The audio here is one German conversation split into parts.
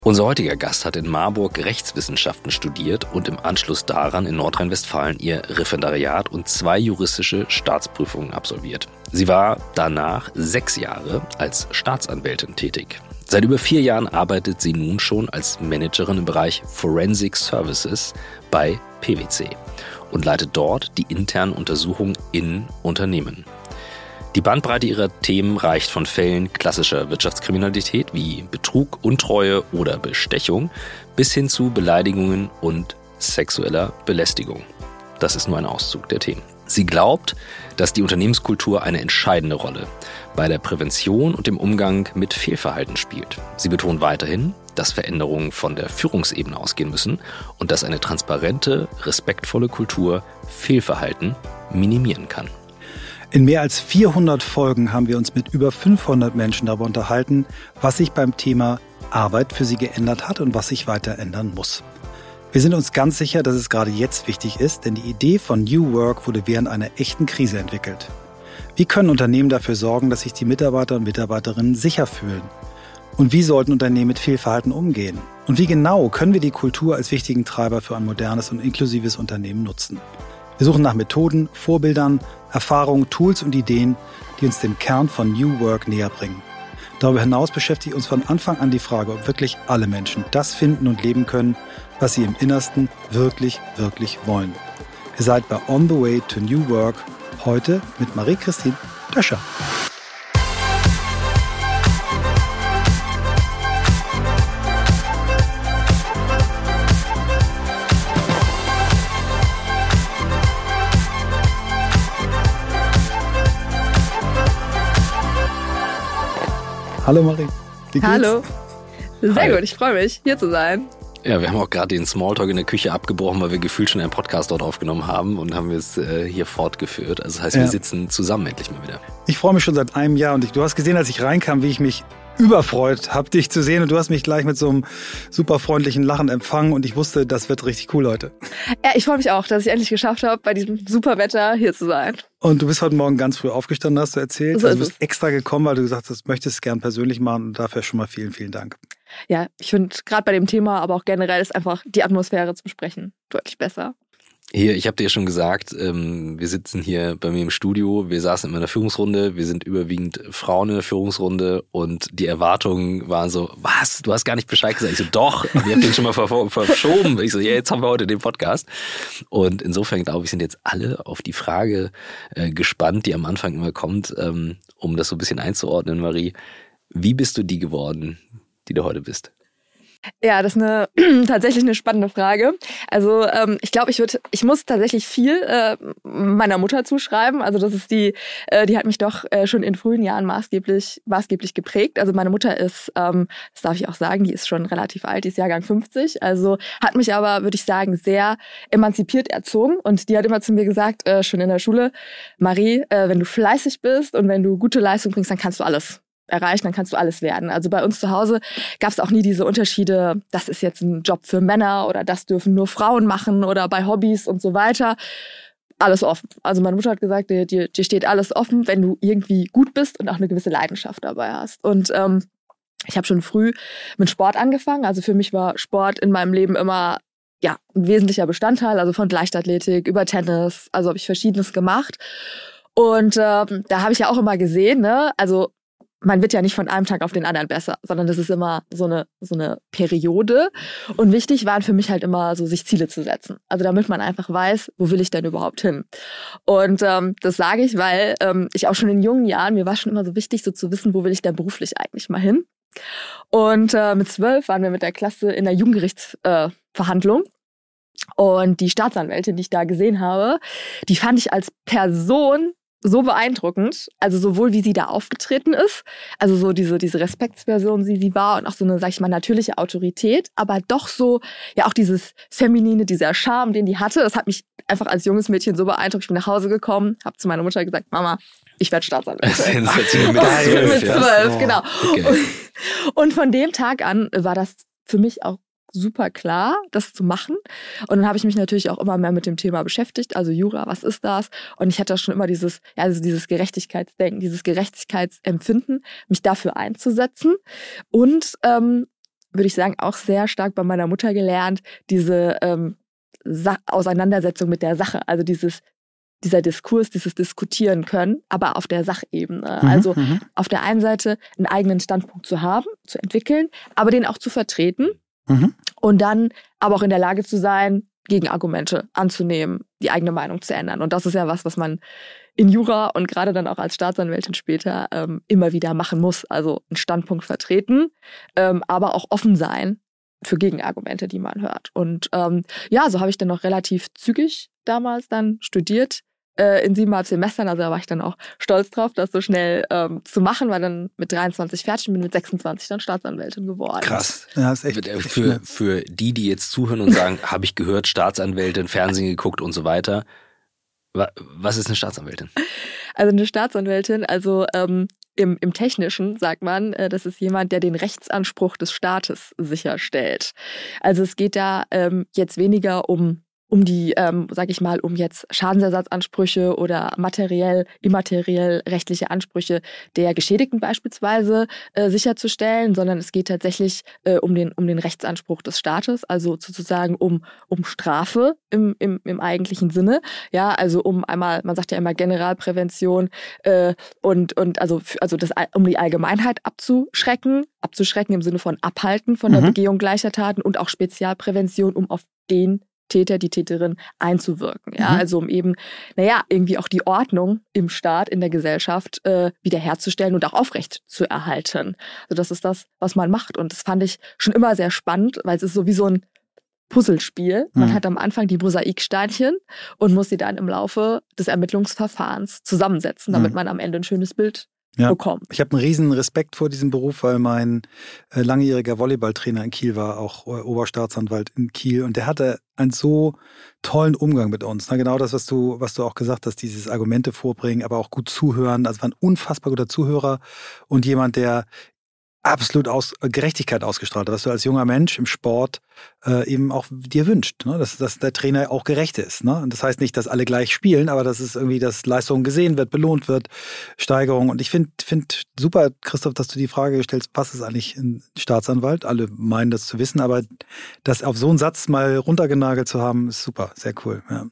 Unser heutiger Gast hat in Marburg Rechtswissenschaften studiert und im Anschluss daran in Nordrhein-Westfalen ihr Referendariat und 2 juristische Staatsprüfungen absolviert. Sie war danach 6 Jahre als Staatsanwältin tätig. Seit über 4 Jahren arbeitet sie nun schon als Managerin im Bereich Forensic Services bei PwC und leitet dort die internen Untersuchungen in Unternehmen. Die Bandbreite ihrer Themen reicht von Fällen klassischer Wirtschaftskriminalität wie Betrug, Untreue oder Bestechung bis hin zu Beleidigungen und sexueller Belästigung. Das ist nur ein Auszug der Themen. Sie glaubt, dass die Unternehmenskultur eine entscheidende Rolle bei der Prävention und dem Umgang mit Fehlverhalten spielt. Sie betont weiterhin, dass Veränderungen von der Führungsebene ausgehen müssen und dass eine transparente, respektvolle Kultur Fehlverhalten minimieren kann. In mehr als 400 Folgen haben wir uns mit über 500 Menschen darüber unterhalten, was sich beim Thema Arbeit für sie geändert hat und was sich weiter ändern muss. Wir sind uns ganz sicher, dass es gerade jetzt wichtig ist, denn die Idee von New Work wurde während einer echten Krise entwickelt. Wie können Unternehmen dafür sorgen, dass sich die Mitarbeiter und Mitarbeiterinnen sicher fühlen? Und wie sollten Unternehmen mit Fehlverhalten umgehen? Und wie genau können wir die Kultur als wichtigen Treiber für ein modernes und inklusives Unternehmen nutzen? Wir suchen nach Methoden, Vorbildern, Erfahrungen, Tools und Ideen, die uns dem Kern von New Work näher bringen. Darüber hinaus beschäftigt uns von Anfang an die Frage, ob wirklich alle Menschen das finden und leben können, was sie im Innersten wirklich, wirklich wollen. Ihr seid bei On the Way to New Work, heute mit Marie-Christine Döscher. Hallo Marie. Wie geht's? Hallo. Sehr Hi. gut, ich freue mich, hier zu sein. Ja, wir haben auch gerade den Smalltalk in der Küche abgebrochen, weil wir gefühlt schon einen Podcast dort aufgenommen haben und haben es hier fortgeführt. Also das heißt, wir sitzen zusammen endlich mal wieder. Ich freue mich schon seit einem Jahr und du hast gesehen, als ich reinkam, wie ich mich überfreut habe, dich zu sehen, und du hast mich gleich mit so einem super freundlichen Lachen empfangen und ich wusste, das wird richtig cool heute. Ja, ich freue mich auch, dass ich endlich geschafft habe, bei diesem super Wetter hier zu sein. Und du bist heute Morgen ganz früh aufgestanden, hast du erzählt. So also du ist bist extra gekommen, weil du gesagt hast, du möchtest es gern persönlich machen, und dafür schon mal vielen, vielen Dank. Ja, ich finde gerade bei dem Thema, aber auch generell ist einfach die Atmosphäre zu besprechen deutlich besser. Hier, ich habe dir ja schon gesagt, wir sitzen hier bei mir im Studio, wir saßen in meiner Führungsrunde, wir sind überwiegend Frauen in der Führungsrunde und die Erwartungen waren so, was, du hast gar nicht Bescheid gesagt? Ich so, doch, wir haben den schon mal verschoben. Ich so, ja, jetzt haben wir heute den Podcast. Und insofern glaube ich, sind jetzt alle auf die Frage gespannt, die am Anfang immer kommt, um das so ein bisschen einzuordnen, Marie. Wie bist du die geworden, die du heute bist? Ja, das ist tatsächlich eine spannende Frage. Also ich glaube, ich muss tatsächlich viel meiner Mutter zuschreiben. Also das ist die hat mich doch schon in frühen Jahren maßgeblich geprägt. Also meine Mutter ist, das darf ich auch sagen, die ist schon relativ alt, die ist Jahrgang 50. Also hat mich aber, würde ich sagen, sehr emanzipiert erzogen. Und die hat immer zu mir gesagt, schon in der Schule, Marie, wenn du fleißig bist und wenn du gute Leistung bringst, dann kannst du alles erreichen, dann kannst du alles werden. Also bei uns zu Hause gab es auch nie diese Unterschiede, das ist jetzt ein Job für Männer oder das dürfen nur Frauen machen oder bei Hobbys und so weiter. Alles offen. Also meine Mutter hat gesagt, dir steht alles offen, wenn du irgendwie gut bist und auch eine gewisse Leidenschaft dabei hast. Und ich habe schon früh mit Sport angefangen. Also für mich war Sport in meinem Leben immer ein wesentlicher Bestandteil, also von Leichtathletik über Tennis. Also habe ich Verschiedenes gemacht. Und da habe ich ja auch immer gesehen, ne, also man wird ja nicht von einem Tag auf den anderen besser, sondern das ist immer so eine Periode. Und wichtig waren für mich halt immer so, sich Ziele zu setzen. Also damit man einfach weiß, wo will ich denn überhaupt hin? Und das sage ich, weil ich auch schon in jungen Jahren, mir war schon immer so wichtig, so zu wissen, wo will ich denn beruflich eigentlich mal hin? Und mit 12 waren wir mit der Klasse in der Jugendgerichtsverhandlung. Und die Staatsanwältin, die ich da gesehen habe, die fand ich als Person so beeindruckend, also sowohl wie sie da aufgetreten ist, also so diese Respektsperson, sie war, und auch so eine, sag ich mal, natürliche Autorität, aber doch so, ja auch dieses Feminine, dieser Charme, den die hatte, das hat mich einfach als junges Mädchen so beeindruckt. Ich bin nach Hause gekommen, habe zu meiner Mutter gesagt, Mama, ich werde Staatsanwältin. Mit 12, genau. Okay. Und von dem Tag an war das für mich auch super klar, das zu machen. Und dann habe ich mich natürlich auch immer mehr mit dem Thema beschäftigt. Also Jura, was ist das? Und ich hatte schon immer dieses Gerechtigkeitsdenken, dieses Gerechtigkeitsempfinden, mich dafür einzusetzen. Und würde ich sagen, auch sehr stark bei meiner Mutter gelernt, diese Auseinandersetzung mit der Sache, also dieser Diskurs, dieses Diskutieren können, aber auf der Sachebene. Also auf der einen Seite einen eigenen Standpunkt zu haben, zu entwickeln, aber den auch zu vertreten und dann aber auch in der Lage zu sein, Gegenargumente anzunehmen, die eigene Meinung zu ändern. Und das ist ja was man in Jura und gerade dann auch als Staatsanwältin später immer wieder machen muss. Also einen Standpunkt vertreten, aber auch offen sein für Gegenargumente, die man hört. Und so habe ich dann noch relativ zügig damals dann studiert, in 7,5 Semestern. Also da war ich dann auch stolz drauf, das so schnell zu machen, war dann mit 23 fertig und bin mit 26 dann Staatsanwältin geworden. Krass. Ja, ist echt für die jetzt zuhören und sagen, habe ich gehört, Staatsanwältin, Fernsehen geguckt und so weiter. Was ist eine Staatsanwältin? Also eine Staatsanwältin, im Technischen sagt man, das ist jemand, der den Rechtsanspruch des Staates sicherstellt. Also es geht da jetzt weniger um die, um jetzt Schadensersatzansprüche oder materiell, immateriell rechtliche Ansprüche der Geschädigten beispielsweise sicherzustellen, sondern es geht tatsächlich um den Rechtsanspruch des Staates, also sozusagen um Strafe im eigentlichen Sinne. Ja, also um einmal, man sagt ja immer Generalprävention um die Allgemeinheit abzuschrecken im Sinne von abhalten von der Begehung gleicher Taten und auch Spezialprävention, um auf den Täter, die Täterin einzuwirken. Ja? Also um eben, irgendwie auch die Ordnung im Staat, in der Gesellschaft wiederherzustellen und auch aufrecht zu erhalten. Also das ist das, was man macht. Und das fand ich schon immer sehr spannend, weil es ist so wie so ein Puzzlespiel. Man hat am Anfang die Mosaiksteinchen und muss sie dann im Laufe des Ermittlungsverfahrens zusammensetzen, damit man am Ende ein schönes Bild bekommt. Ich habe einen riesen Respekt vor diesem Beruf, weil mein langjähriger Volleyballtrainer in Kiel war, auch Oberstaatsanwalt in Kiel, und der hatte einen so tollen Umgang mit uns. Na, genau das, was du auch gesagt hast, dieses Argumente vorbringen, aber auch gut zuhören. Also war ein unfassbar guter Zuhörer und jemand, der absolut Gerechtigkeit ausgestrahlt hat, was du als junger Mensch im Sport eben auch dir wünscht, ne? Dass der Trainer auch gerecht ist. Ne? Und das heißt nicht, dass alle gleich spielen, aber dass es irgendwie, dass Leistung gesehen wird, belohnt wird, Steigerung. Und ich finde super, Christoph, dass du die Frage stellst, was ist eigentlich ein Staatsanwalt? Alle meinen das zu wissen, aber das auf so einen Satz mal runtergenagelt zu haben, ist super, sehr cool. Ja.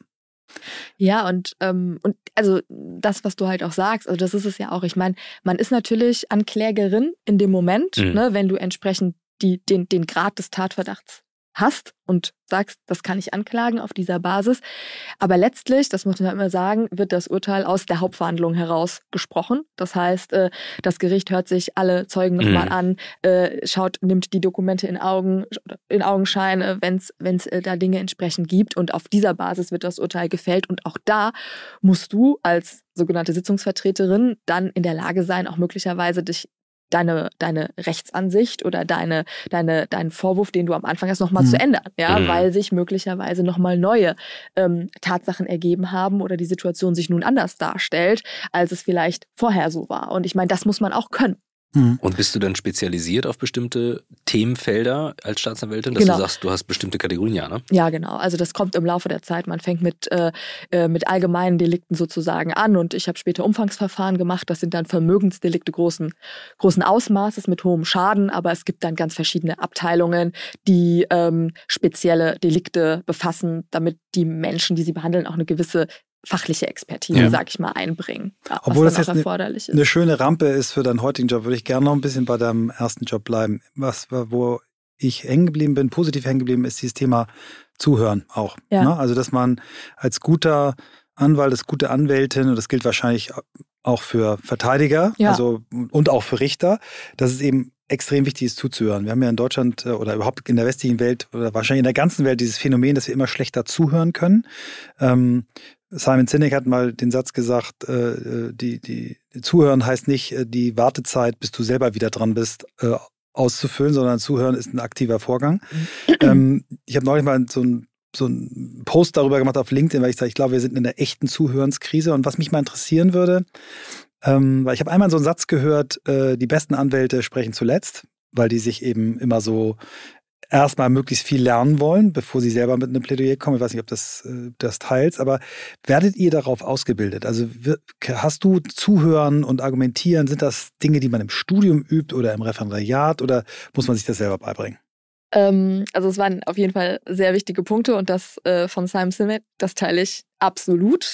Ja, und also das, was du halt auch sagst, also das ist es ja auch. Ich meine, man ist natürlich Anklägerin in dem Moment, ne, wenn du entsprechend den Grad des Tatverdachts hast und sagst, das kann ich anklagen auf dieser Basis. Aber letztlich, das muss man immer sagen, wird das Urteil aus der Hauptverhandlung heraus gesprochen. Das heißt, das Gericht hört sich alle Zeugen nochmal an, nimmt die Dokumente in Augenschein, wenn es da Dinge entsprechend gibt. Und auf dieser Basis wird das Urteil gefällt. Und auch da musst du als sogenannte Sitzungsvertreterin dann in der Lage sein, auch möglicherweise deine Rechtsansicht oder deinen Vorwurf, den du am Anfang hast, nochmal zu ändern, weil sich möglicherweise nochmal neue Tatsachen ergeben haben oder die Situation sich nun anders darstellt, als es vielleicht vorher so war. Und ich meine, das muss man auch können. Und bist du dann spezialisiert auf bestimmte Themenfelder als Staatsanwältin, dass du sagst, du hast bestimmte Kategorien, ne? Ja, genau. Also das kommt im Laufe der Zeit. Man fängt mit allgemeinen Delikten sozusagen an und ich habe später Umfangsverfahren gemacht. Das sind dann Vermögensdelikte großen Ausmaßes mit hohem Schaden, aber es gibt dann ganz verschiedene Abteilungen, die spezielle Delikte befassen, damit die Menschen, die sie behandeln, auch eine gewisse fachliche Expertise, sag ich mal, einbringen. Ja, obwohl das jetzt eine schöne Rampe ist für deinen heutigen Job, würde ich gerne noch ein bisschen bei deinem ersten Job bleiben. Wo ich positiv hängen geblieben ist dieses Thema Zuhören auch. Ja. Ne? Also, dass man als guter Anwalt, als gute Anwältin, und das gilt wahrscheinlich auch für Verteidiger, und auch für Richter, dass es eben extrem wichtig ist, zuzuhören. Wir haben ja in Deutschland oder überhaupt in der westlichen Welt oder wahrscheinlich in der ganzen Welt dieses Phänomen, dass wir immer schlechter zuhören können. Simon Sinek hat mal den Satz gesagt, die Zuhören heißt nicht die Wartezeit, bis du selber wieder dran bist, auszufüllen, sondern Zuhören ist ein aktiver Vorgang. Ich habe neulich mal so einen Post darüber gemacht auf LinkedIn, weil ich sage, ich glaube, wir sind in einer echten Zuhörenskrise. Und was mich mal interessieren würde, weil ich habe einmal so einen Satz gehört, die besten Anwälte sprechen zuletzt, weil die sich eben immer so erstmal möglichst viel lernen wollen, bevor sie selber mit einem Plädoyer kommen. Ich weiß nicht, ob das teilst, aber werdet ihr darauf ausgebildet? Also hast du Zuhören und Argumentieren, sind das Dinge, die man im Studium übt oder im Referendariat oder muss man sich das selber beibringen? Also es waren auf jeden Fall sehr wichtige Punkte und das von Simon Sinek, das teile ich absolut.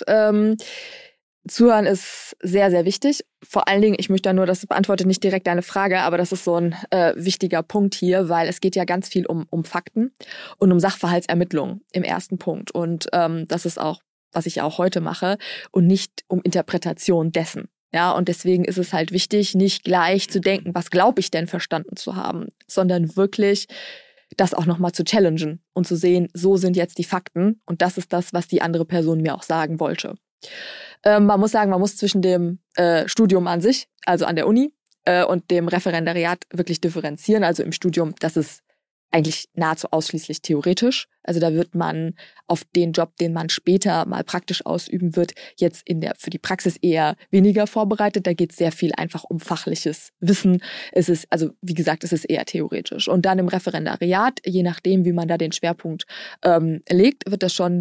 Zuhören ist sehr, sehr wichtig. Vor allen Dingen, ich möchte da nur, das beantwortet nicht direkt deine Frage, aber das ist so ein wichtiger Punkt hier, weil es geht ja ganz viel um Fakten und um Sachverhaltsermittlung im ersten Punkt. Und das ist auch, was ich auch heute mache und nicht um Interpretation dessen. Ja, und deswegen ist es halt wichtig, nicht gleich zu denken, was glaube ich denn verstanden zu haben, sondern wirklich das auch nochmal zu challengen und zu sehen, so sind jetzt die Fakten und das ist das, was die andere Person mir auch sagen wollte. Man muss sagen, man muss zwischen dem Studium an sich, also an der Uni, und dem Referendariat wirklich differenzieren. Also im Studium, das ist eigentlich nahezu ausschließlich theoretisch. Also da wird man auf den Job, den man später mal praktisch ausüben wird, jetzt für die Praxis eher weniger vorbereitet. Da geht es sehr viel einfach um fachliches Wissen. Es ist, also wie gesagt, es ist eher theoretisch. Und dann im Referendariat, je nachdem, wie man da den Schwerpunkt legt, wird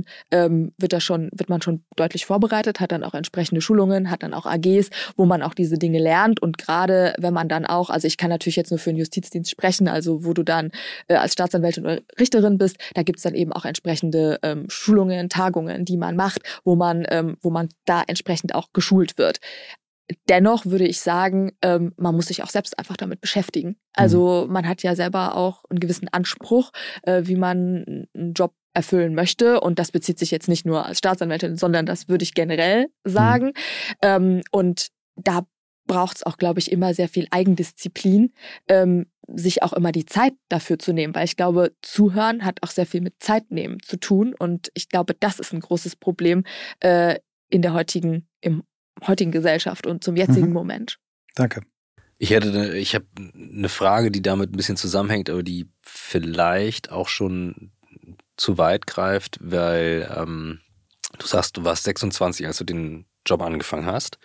man schon deutlich vorbereitet, hat dann auch entsprechende Schulungen, hat dann auch AGs, wo man auch diese Dinge lernt. Und gerade wenn man dann auch, also ich kann natürlich jetzt nur für den Justizdienst sprechen, also wo du dann als Staatsanwältin oder Richterin bist, da gibt es dann eben auch entsprechende Schulungen, Tagungen, die man macht, wo man da entsprechend auch geschult wird. Dennoch würde ich sagen, man muss sich auch selbst einfach damit beschäftigen. Also man hat ja selber auch einen gewissen Anspruch, wie man einen Job erfüllen möchte. Und das bezieht sich jetzt nicht nur als Staatsanwältin, sondern das würde ich generell sagen. Und da braucht es auch, glaube ich, immer sehr viel Eigendisziplin, sich auch immer die Zeit dafür zu nehmen. Weil ich glaube, Zuhören hat auch sehr viel mit Zeit nehmen zu tun. Und ich glaube, das ist ein großes Problem im heutigen Gesellschaft und zum jetzigen Moment. Danke. Ich habe eine Frage, die damit ein bisschen zusammenhängt, aber die vielleicht auch schon zu weit greift, weil du sagst, du warst 26, als du den Job angefangen hast.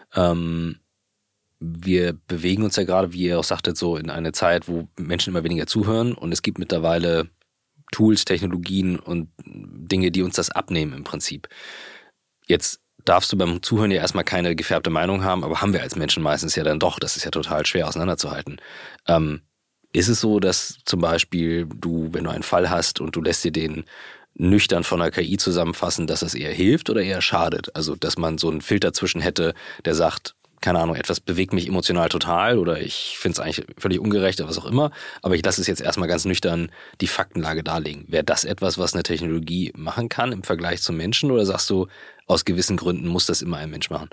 Wir bewegen uns ja gerade, wie ihr auch sagtet, so in eine Zeit, wo Menschen immer weniger zuhören und es gibt mittlerweile Tools, Technologien und Dinge, die uns das abnehmen im Prinzip. Jetzt darfst du beim Zuhören ja erstmal keine gefärbte Meinung haben, aber haben wir als Menschen meistens ja dann doch. Das ist ja total schwer auseinanderzuhalten. Ist es so, dass zum Beispiel wenn du einen Fall hast und du lässt dir den nüchtern von der KI zusammenfassen, dass das eher hilft oder eher schadet? Also, dass man so einen Filter zwischen hätte, der sagt, keine Ahnung, etwas bewegt mich emotional total oder ich finde es eigentlich völlig ungerecht oder was auch immer, aber ich lasse es jetzt erstmal ganz nüchtern die Faktenlage darlegen. Wäre das etwas, was eine Technologie machen kann im Vergleich zum Menschen oder sagst du, aus gewissen Gründen muss das immer ein Mensch machen?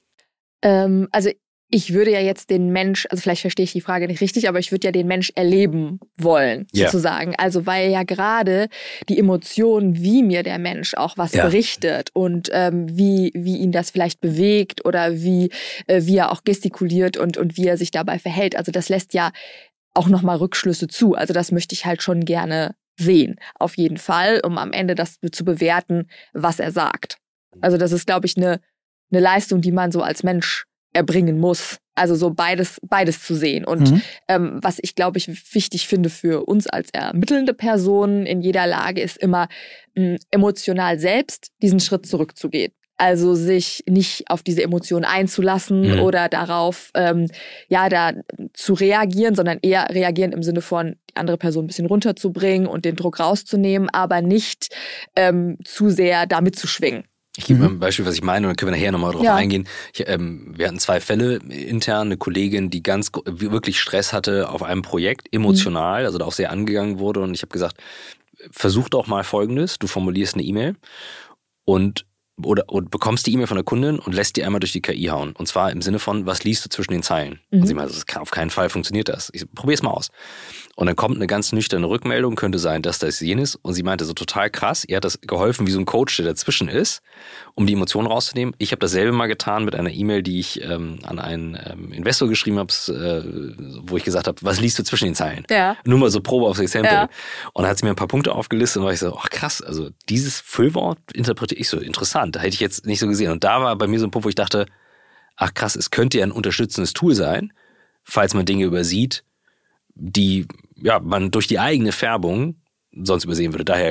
Also ich würde ja jetzt den Mensch, also vielleicht verstehe ich die Frage nicht richtig, aber ich würde ja den Mensch erleben wollen, sozusagen. Also weil ja gerade die Emotionen, wie mir der Mensch auch was berichtet und wie ihn das vielleicht bewegt oder wie er auch gestikuliert und wie er sich dabei verhält. Also das lässt ja auch nochmal Rückschlüsse zu. Also das möchte ich halt schon gerne sehen, auf jeden Fall, um am Ende das zu bewerten, was er sagt. Also das ist, glaube ich, eine Leistung, die man so als Mensch erbringen muss. Also so beides zu sehen. Und was ich, glaube ich, wichtig finde für uns als ermittelnde Personen in jeder Lage, ist immer emotional selbst diesen Schritt zurückzugehen. Also sich nicht auf diese Emotionen einzulassen oder darauf da zu reagieren, sondern eher reagieren im Sinne von, die andere Person ein bisschen runterzubringen und den Druck rauszunehmen, aber nicht zu sehr damit zu schwingen. Ich gebe mal ein Beispiel, was ich meine, und dann können wir nachher nochmal drauf eingehen. Wir hatten 2 Fälle intern, eine Kollegin, die wirklich Stress hatte auf einem Projekt, emotional, also da auch sehr angegangen wurde. Und ich habe gesagt, versuch doch mal Folgendes, du formulierst eine E-Mail und bekommst die E-Mail von der Kundin und lässt die einmal durch die KI hauen. Und zwar im Sinne von, was liest du zwischen den Zeilen? Und sie meinte, auf keinen Fall funktioniert das. Ich probier's mal aus. Und dann kommt eine ganz nüchterne Rückmeldung, könnte sein, dass das jenes. Und sie meinte so total krass, ihr hat das geholfen wie so ein Coach, der dazwischen ist, um die Emotionen rauszunehmen. Ich habe dasselbe mal getan mit einer E-Mail, die ich an einen Investor geschrieben habe, wo ich gesagt habe, was liest du zwischen den Zeilen? Ja. Nur mal so Probe aufs Exempel. Ja. Und dann hat sie mir ein paar Punkte aufgelistet und war ich so, ach krass, also dieses Füllwort interpretiere ich so interessant. Da hätte ich jetzt nicht so gesehen. Und da war bei mir so ein Punkt, wo ich dachte, ach krass, es könnte ja ein unterstützendes Tool sein, falls man Dinge übersieht, die man durch die eigene Färbung sonst übersehen würde. Daher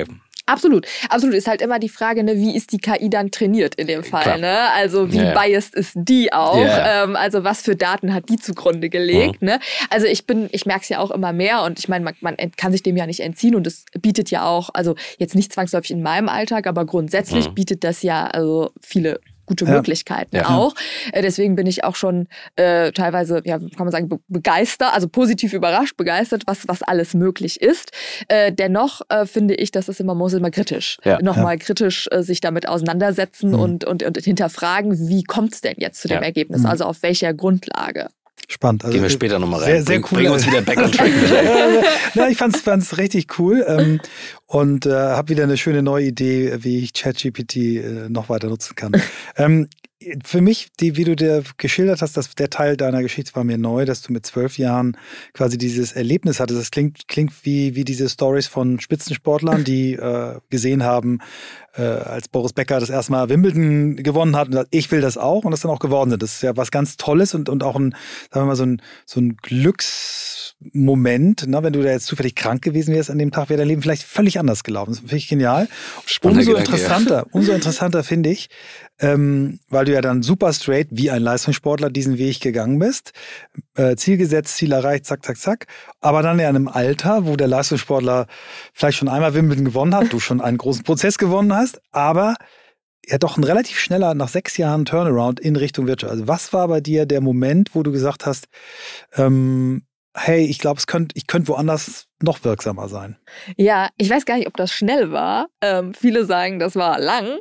Absolut. Ist halt immer die Frage, ne, wie ist die KI dann trainiert in dem Fall? Ne? Also wie biased ist die auch? Also was für Daten hat die zugrunde gelegt? Ne? Also ich merke es ja auch immer mehr und ich meine, man kann sich dem ja nicht entziehen und es bietet ja auch, also jetzt nicht zwangsläufig in meinem Alltag, aber grundsätzlich bietet das ja also viele gute Möglichkeiten auch. Deswegen bin ich auch schon teilweise, ja, kann man sagen, begeistert, also positiv überrascht, begeistert, was alles möglich ist. Dennoch finde ich, dass es man muss immer kritisch, nochmal kritisch sich damit auseinandersetzen und hinterfragen, wie kommt es denn jetzt zu dem Ergebnis? Also auf welcher Grundlage? Spannend. Also gehen wir später nochmal rein. Sehr cool. Bring uns wieder back on track. Ja, ich fand's richtig cool und habe wieder eine schöne neue Idee, wie ich ChatGPT noch weiter nutzen kann. Für mich, wie du dir geschildert hast, der Teil deiner Geschichte war mir neu, dass du mit 12 Jahren quasi dieses Erlebnis hattest. Das klingt wie diese Stories von Spitzensportlern, die gesehen haben, als Boris Becker das erste Mal Wimbledon gewonnen hat und sagt, ich will das auch und das dann auch geworden sind. Das ist ja was ganz Tolles und auch sagen wir mal, so ein Glücksmoment, ne? Wenn du da jetzt zufällig krank gewesen wärst an dem Tag, wäre dein Leben vielleicht völlig anders gelaufen. Das finde ich genial. Umso interessanter finde ich, weil du ja dann super straight wie ein Leistungssportler diesen Weg gegangen bist. Ziel gesetzt, Ziel erreicht, zack, zack, zack. Aber dann in einem Alter, wo der Leistungssportler vielleicht schon einmal Wimbledon gewonnen hat, du schon einen großen Prozess gewonnen hast, aber ja doch ein relativ schneller, nach 6 Jahren Turnaround in Richtung Wirtschaft. Also was war bei dir der Moment, wo du gesagt hast, hey, ich glaube, ich könnte woanders noch wirksamer sein? Ja, ich weiß gar nicht, ob das schnell war. Viele sagen, das war lang.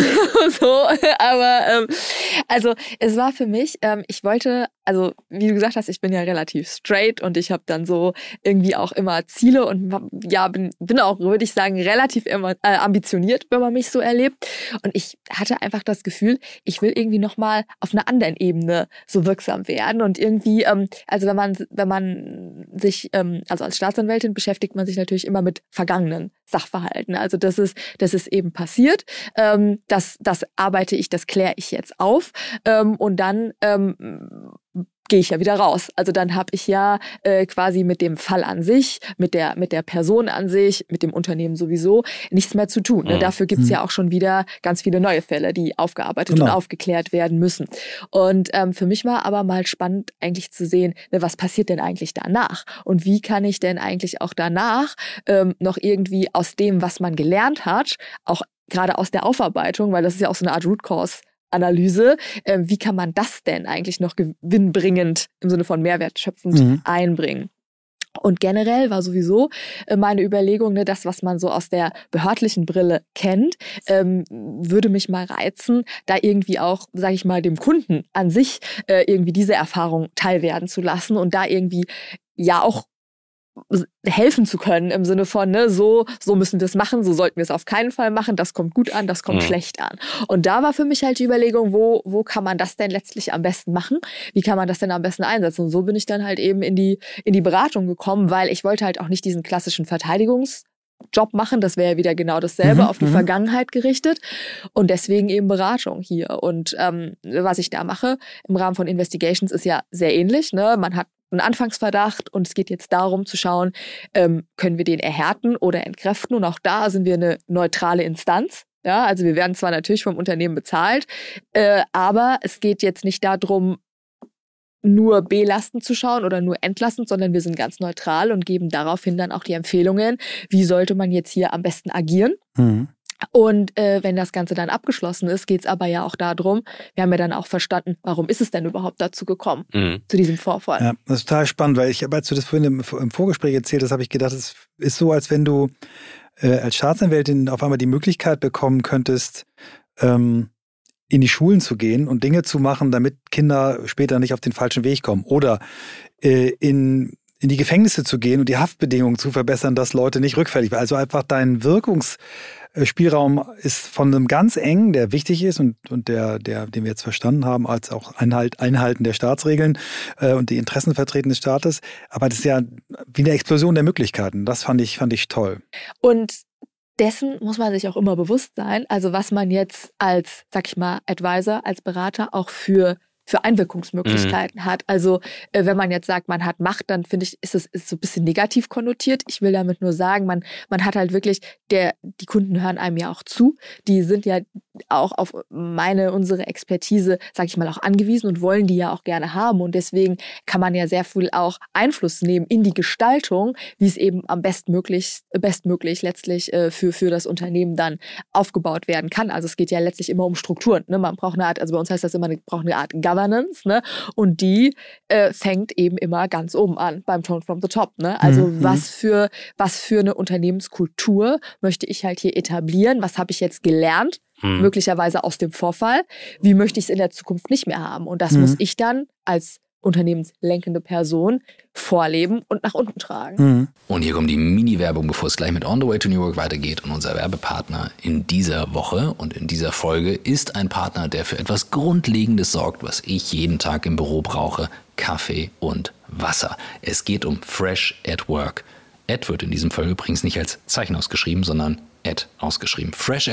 Also es war für mich, ich wollte, also wie du gesagt hast, ich bin ja relativ straight und ich habe dann so irgendwie auch immer Ziele und ja, bin auch, würde ich sagen, relativ ambitioniert, wenn man mich so erlebt. Und ich hatte einfach das Gefühl, ich will irgendwie nochmal auf einer anderen Ebene so wirksam werden und irgendwie, also wenn man sich, also als Staatsanwältin beschäftigt man sich natürlich immer mit vergangenen Sachverhalten. Also das ist eben passiert. Das arbeite ich, das kläre ich jetzt auf. Und dann gehe ich ja wieder raus. Also dann habe ich ja quasi mit dem Fall an sich, mit der Person an sich, mit dem Unternehmen sowieso nichts mehr zu tun. Ne? Dafür gibt's ja auch schon wieder ganz viele neue Fälle, die aufgearbeitet und aufgeklärt werden müssen. Und für mich war aber mal spannend eigentlich zu sehen, ne, was passiert denn eigentlich danach? Und wie kann ich denn eigentlich auch danach noch irgendwie aus dem, was man gelernt hat, auch gerade aus der Aufarbeitung, weil das ist ja auch so eine Art Root Cause Analyse, wie kann man das denn eigentlich noch gewinnbringend im Sinne von Mehrwert schöpfend einbringen? Und generell war sowieso meine Überlegung, ne, das, was man so aus der behördlichen Brille kennt, würde mich mal reizen, da irgendwie auch, sage ich mal, dem Kunden an sich irgendwie diese Erfahrung teilwerden zu lassen und da irgendwie ja auch helfen zu können im Sinne von, ne, so müssen wir es machen, so sollten wir es auf keinen Fall machen, das kommt gut an, das kommt schlecht an. Und da war für mich halt die Überlegung, wo kann man das denn letztlich am besten machen? Wie kann man das denn am besten einsetzen? Und so bin ich dann halt eben in die Beratung gekommen, weil ich wollte halt auch nicht diesen klassischen Verteidigungsjob machen, das wäre ja wieder genau dasselbe, auf die Vergangenheit gerichtet und deswegen eben Beratung hier. Und was ich da mache im Rahmen von Investigations ist ja sehr ähnlich, ne? Man hat einen Anfangsverdacht und es geht jetzt darum zu schauen, können wir den erhärten oder entkräften und auch da sind wir eine neutrale Instanz. Ja, also wir werden zwar natürlich vom Unternehmen bezahlt, aber es geht jetzt nicht darum, nur belastend zu schauen oder nur entlastend, sondern wir sind ganz neutral und geben daraufhin dann auch die Empfehlungen, wie sollte man jetzt hier am besten agieren. Und wenn das Ganze dann abgeschlossen ist, geht es aber ja auch darum, wir haben ja dann auch verstanden, warum ist es denn überhaupt dazu gekommen, zu diesem Vorfall. Ja, das ist total spannend, weil als du das vorhin im Vorgespräch erzählt hast, habe ich gedacht, es ist so, als wenn du als Staatsanwältin auf einmal die Möglichkeit bekommen könntest, in die Schulen zu gehen und Dinge zu machen, damit Kinder später nicht auf den falschen Weg kommen. Oder in die Gefängnisse zu gehen und die Haftbedingungen zu verbessern, dass Leute nicht rückfällig werden. Also einfach dein Wirkungsspielraum ist von einem ganz engen, der wichtig ist und den wir jetzt verstanden haben, als auch Einhalten der Staatsregeln und die Interessenvertreten des Staates. Aber das ist ja wie eine Explosion der Möglichkeiten. Das fand ich toll. Und dessen muss man sich auch immer bewusst sein, also was man jetzt als, sag ich mal, Advisor, als Berater auch für für Einwirkungsmöglichkeiten hat. Also wenn man jetzt sagt, man hat Macht, dann finde ich, ist so ein bisschen negativ konnotiert. Ich will damit nur sagen, man hat halt wirklich, die Kunden hören einem ja auch zu. Die sind ja auch auf unsere Expertise, sag ich mal, auch angewiesen und wollen die ja auch gerne haben. Und deswegen kann man ja sehr viel auch Einfluss nehmen in die Gestaltung, wie es eben am bestmöglich letztlich für das Unternehmen dann aufgebaut werden kann. Also es geht ja letztlich immer um Strukturen. Ne? Man braucht eine Art, also bei uns heißt das immer, man braucht eine Art Governance, ne? Und die fängt eben immer ganz oben an, beim Tone from the Top. Ne? Also was für eine Unternehmenskultur möchte ich halt hier etablieren? Was habe ich jetzt gelernt? Möglicherweise aus dem Vorfall. Wie möchte ich es in der Zukunft nicht mehr haben? Und das muss ich dann als unternehmenslenkende Person vorleben und nach unten tragen. Und hier kommt die Mini-Werbung, bevor es gleich mit On the Way to New Work weitergeht. Und unser Werbepartner in dieser Woche und in dieser Folge ist ein Partner, der für etwas Grundlegendes sorgt, was ich jeden Tag im Büro brauche: Kaffee und Wasser. Es geht um Fresh at Work. Ad wird in diesem Fall übrigens nicht als Zeichen ausgeschrieben, sondern Ad ausgeschrieben.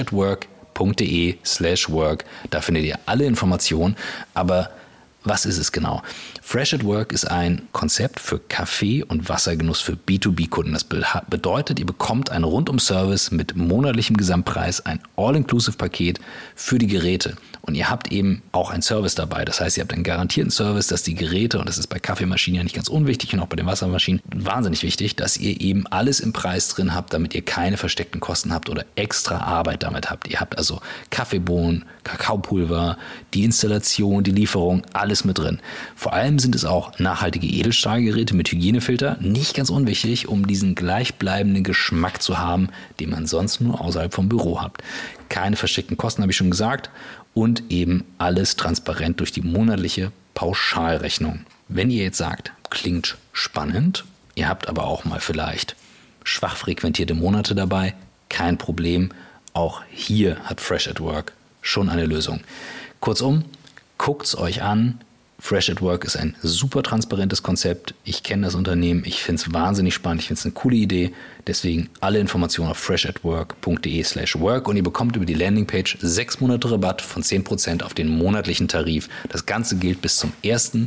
freshatwork.de/work. Da findet ihr alle Informationen. Aber was ist es genau? Fresh at Work ist ein Konzept für Kaffee- und Wassergenuss für B2B-Kunden. Das bedeutet, ihr bekommt einen Rundum-Service mit monatlichem Gesamtpreis, ein All-Inclusive-Paket für die Geräte. Und ihr habt eben auch einen Service dabei. Das heißt, ihr habt einen garantierten Service, dass die Geräte, und das ist bei Kaffeemaschinen ja nicht ganz unwichtig und auch bei den Wassermaschinen wahnsinnig wichtig, dass ihr eben alles im Preis drin habt, damit ihr keine versteckten Kosten habt oder extra Arbeit damit habt. Ihr habt also Kaffeebohnen, Kakaopulver, die Installation, die Lieferung, alles mit drin. Vor allem sind es auch nachhaltige Edelstahlgeräte mit Hygienefilter, nicht ganz unwichtig, um diesen gleichbleibenden Geschmack zu haben, den man sonst nur außerhalb vom Büro hat. Keine versteckten Kosten, habe ich schon gesagt, und eben alles transparent durch die monatliche Pauschalrechnung. Wenn ihr jetzt sagt, klingt spannend, ihr habt aber auch mal vielleicht schwach frequentierte Monate dabei, kein Problem, auch hier hat Fresh at Work schon eine Lösung. Kurzum, guckt's euch an. Fresh at Work ist ein super transparentes Konzept. Ich kenne das Unternehmen. Ich finde es wahnsinnig spannend. Ich finde es eine coole Idee. Deswegen alle Informationen auf freshatwork.de/work und ihr bekommt über die Landingpage 6 Monate Rabatt von 10% auf den monatlichen Tarif. Das Ganze gilt bis zum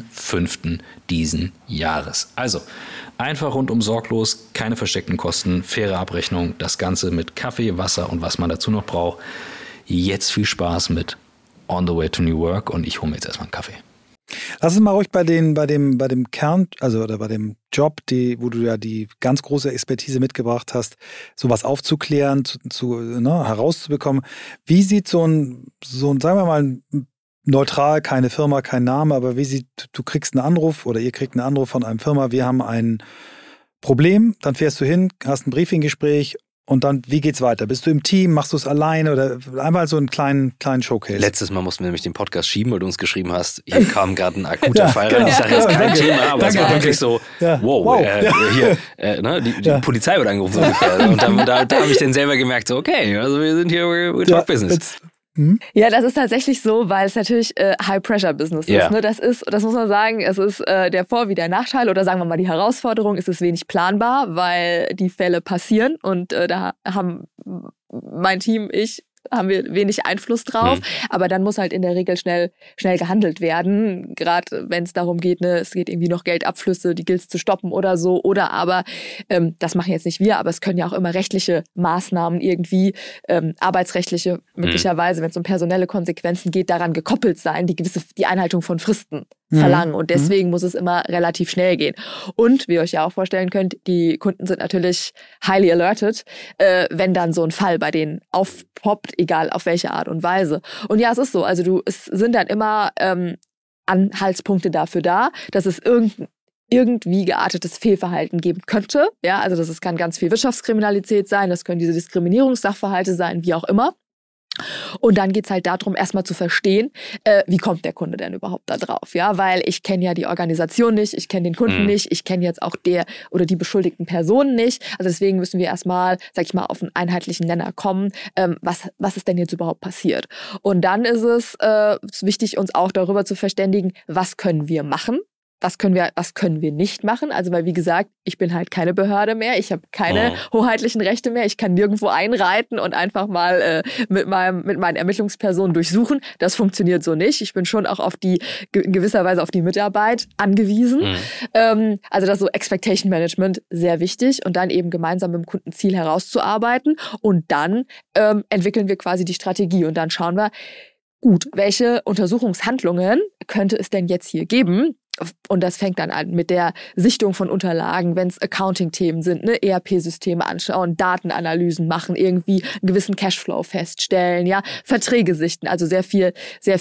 1.5. diesen Jahres. Also einfach rundum sorglos, keine versteckten Kosten, faire Abrechnung. Das Ganze mit Kaffee, Wasser und was man dazu noch braucht. Jetzt viel Spaß mit On the Way to New Work und ich hole mir jetzt erstmal einen Kaffee. Lass uns mal ruhig bei dem Kern, also oder bei dem Job, wo du ja die ganz große Expertise mitgebracht hast, sowas aufzuklären, herauszubekommen. Wie sieht so ein, sagen wir mal, neutral, keine Firma, kein Name, aber du kriegst einen Anruf oder ihr kriegt einen Anruf von einem Firma, wir haben ein Problem, dann fährst du hin, hast ein Briefinggespräch. Und dann, wie geht's weiter? Bist du im Team? Machst du es alleine? Oder einmal so einen kleinen Showcase? Letztes Mal mussten wir nämlich den Podcast schieben, weil du uns geschrieben hast, hier kam gerade ein akuter Fall rein. Ich sage jetzt kein Thema, aber es war wirklich so, die Polizei wird angerufen. Ungefähr. Und da habe ich dann selber gemerkt, so, okay, also wir sind hier, we talk business. Ja, das ist tatsächlich so, weil es natürlich High-Pressure-Business ist. Ne? Das muss man sagen, es ist der Vor- wie der Nachteil oder sagen wir mal die Herausforderung, es ist wenig planbar, weil die Fälle passieren und da haben mein Team, haben wir wenig Einfluss drauf, aber dann muss halt in der Regel schnell gehandelt werden, gerade wenn es darum geht, es geht irgendwie noch Geldabflüsse, die gilt es zu stoppen oder so, oder aber, das machen jetzt nicht wir, aber es können ja auch immer rechtliche Maßnahmen irgendwie, arbeitsrechtliche möglicherweise, wenn es um personelle Konsequenzen geht, daran gekoppelt sein, die Einhaltung von Fristen verlangen und deswegen muss es immer relativ schnell gehen. Und wie ihr euch ja auch vorstellen könnt, die Kunden sind natürlich highly alerted, wenn dann so ein Fall bei denen aufpoppt, egal auf welche Art und Weise. Und ja, es ist so, also es sind dann immer Anhaltspunkte dafür da, dass es irgendwie geartetes Fehlverhalten geben könnte. Ja, also das kann ganz viel Wirtschaftskriminalität sein, das können diese Diskriminierungssachverhalte sein, wie auch immer. Und dann geht's halt darum, erstmal zu verstehen, wie kommt der Kunde denn überhaupt da drauf? Ja, weil ich kenne ja die Organisation nicht, ich kenne den Kunden nicht, ich kenne jetzt auch der oder die beschuldigten Personen nicht. Also deswegen müssen wir erstmal, sag ich mal, auf einen einheitlichen Nenner kommen. Was ist denn jetzt überhaupt passiert? Und dann ist es wichtig, uns auch darüber zu verständigen, was können wir machen? was können wir nicht machen? Also, weil, wie gesagt, ich bin halt keine Behörde mehr. Ich habe keine hoheitlichen Rechte mehr. Ich kann nirgendwo einreiten und einfach mal mit meinen Ermittlungspersonen durchsuchen. Das funktioniert so nicht. Ich bin schon auch in gewisser Weise auf die Mitarbeit angewiesen. Also, das ist so Expectation Management sehr wichtig und dann eben gemeinsam mit dem Kunden Ziel herauszuarbeiten und dann entwickeln wir quasi die Strategie und dann schauen wir, gut, welche Untersuchungshandlungen könnte es denn jetzt hier geben? Und das fängt dann an mit der Sichtung von Unterlagen, wenn es Accounting-Themen sind, ne, ERP-Systeme anschauen, Datenanalysen machen, irgendwie einen gewissen Cashflow feststellen, ja, Verträge sichten, also sehr viel,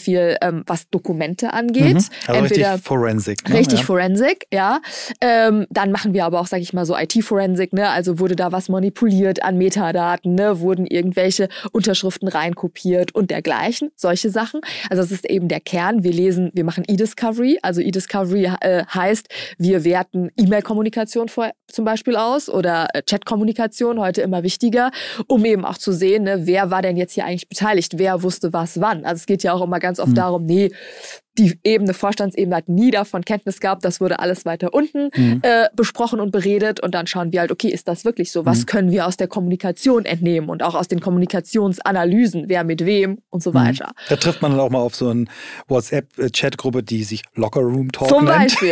was Dokumente angeht. Also entweder richtig Forensik. Ne? Richtig Forensik, ja. Dann machen wir aber auch, sage ich mal, so IT-Forensik, ne, also wurde da was manipuliert an Metadaten, ne, wurden irgendwelche Unterschriften reinkopiert und dergleichen, solche Sachen. Also das ist eben der Kern. Wir machen E-Discovery, also E-Discovery heißt, wir werten E-Mail-Kommunikation zum Beispiel aus oder Chat-Kommunikation, heute immer wichtiger, um eben auch zu sehen, ne, wer war denn jetzt hier eigentlich beteiligt, wer wusste was wann. Also es geht ja auch immer ganz oft darum, die Vorstandsebene hat nie davon Kenntnis gehabt, das wurde alles weiter unten besprochen und beredet und dann schauen wir halt, okay, ist das wirklich so? Was können wir aus der Kommunikation entnehmen und auch aus den Kommunikationsanalysen, wer mit wem und so weiter. Da trifft man dann auch mal auf so eine WhatsApp-Chat-Gruppe, die sich Locker Room Talk Zum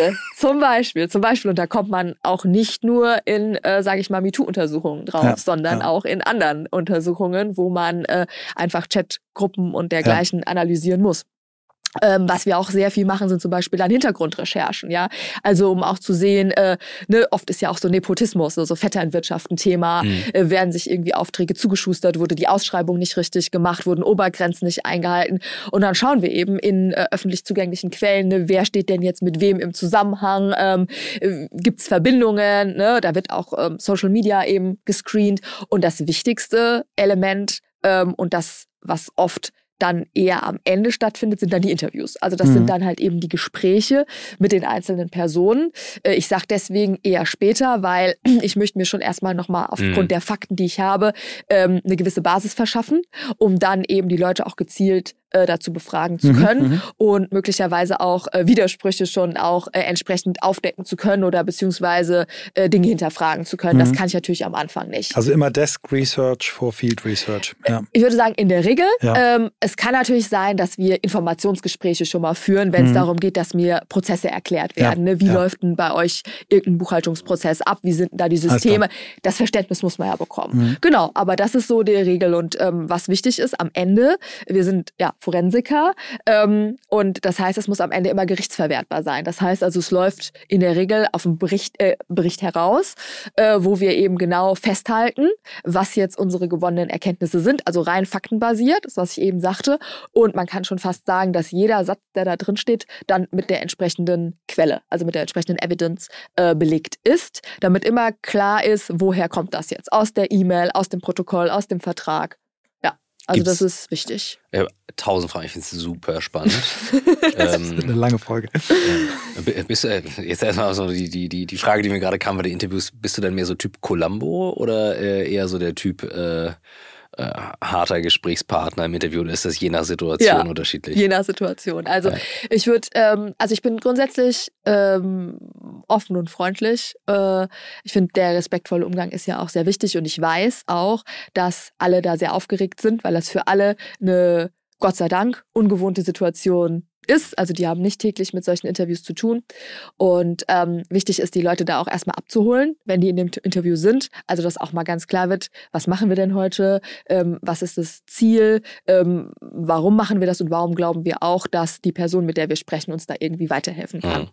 nennt. Beispiel. Und da kommt man auch nicht nur in, sage ich mal, MeToo-Untersuchungen drauf, sondern auch in anderen Untersuchungen, wo man einfach Chatgruppen und dergleichen analysieren muss. Was wir auch sehr viel machen, sind zum Beispiel dann Hintergrundrecherchen, ja. Also um auch zu sehen, oft ist ja auch so Nepotismus, so Vetternwirtschaft ein Thema, werden sich irgendwie Aufträge zugeschustert, wurde die Ausschreibung nicht richtig gemacht, wurden Obergrenzen nicht eingehalten. Und dann schauen wir eben in öffentlich zugänglichen Quellen, ne, wer steht denn jetzt mit wem im Zusammenhang, gibt's Verbindungen, ne? Da wird auch Social Media eben gescreent. Und das wichtigste Element und das, was oft dann eher am Ende stattfindet, sind dann die Interviews. Also das sind dann halt eben die Gespräche mit den einzelnen Personen. Ich sage deswegen eher später, weil ich möchte mir schon erstmal nochmal aufgrund der Fakten, die ich habe, eine gewisse Basis verschaffen, um dann eben die Leute auch gezielt dazu befragen zu können und möglicherweise auch Widersprüche schon auch entsprechend aufdecken zu können oder beziehungsweise Dinge hinterfragen zu können. Das kann ich natürlich am Anfang nicht. Also immer Desk Research vor Field Research. Ja. Ich würde sagen, in der Regel. Ja. Es kann natürlich sein, dass wir Informationsgespräche schon mal führen, wenn es darum geht, dass mir Prozesse erklärt werden. Ja. Ne? Wie läuft denn bei euch irgendein Buchhaltungsprozess ab? Wie sind denn da die Systeme? Das Verständnis muss man ja bekommen. Genau, aber das ist so die Regel. Und was wichtig ist, am Ende, wir sind Forensiker und das heißt, es muss am Ende immer gerichtsverwertbar sein. Das heißt also, es läuft in der Regel auf dem Bericht heraus, wo wir eben genau festhalten, was jetzt unsere gewonnenen Erkenntnisse sind, also rein faktenbasiert, das was ich eben sagte. Und man kann schon fast sagen, dass jeder Satz, der da drin steht, dann mit der entsprechenden Quelle, also mit der entsprechenden Evidence belegt ist, damit immer klar ist, woher kommt das jetzt? Aus der E-Mail, aus dem Protokoll, aus dem Vertrag. Also das ist wichtig. 1000 Fragen, ich finde es super spannend. Das ist eine lange Folge. Jetzt erstmal so die Frage, die mir gerade kam bei den Interviews, bist du dann mehr so Typ Columbo oder eher so der Typ harter Gesprächspartner im Interview, oder ist das je nach Situation unterschiedlich? Je nach Situation. Also ich bin grundsätzlich offen und freundlich. Ich finde, der respektvolle Umgang ist ja auch sehr wichtig und ich weiß auch, dass alle da sehr aufgeregt sind, weil das für alle eine, Gott sei Dank, ungewohnte Situation ist. Also die haben nicht täglich mit solchen Interviews zu tun. Und wichtig ist, die Leute da auch erstmal abzuholen, wenn die in dem Interview sind. Also dass auch mal ganz klar wird, was machen wir denn heute? Was ist das Ziel? Warum machen wir das? Und warum glauben wir auch, dass die Person, mit der wir sprechen, uns da irgendwie weiterhelfen kann?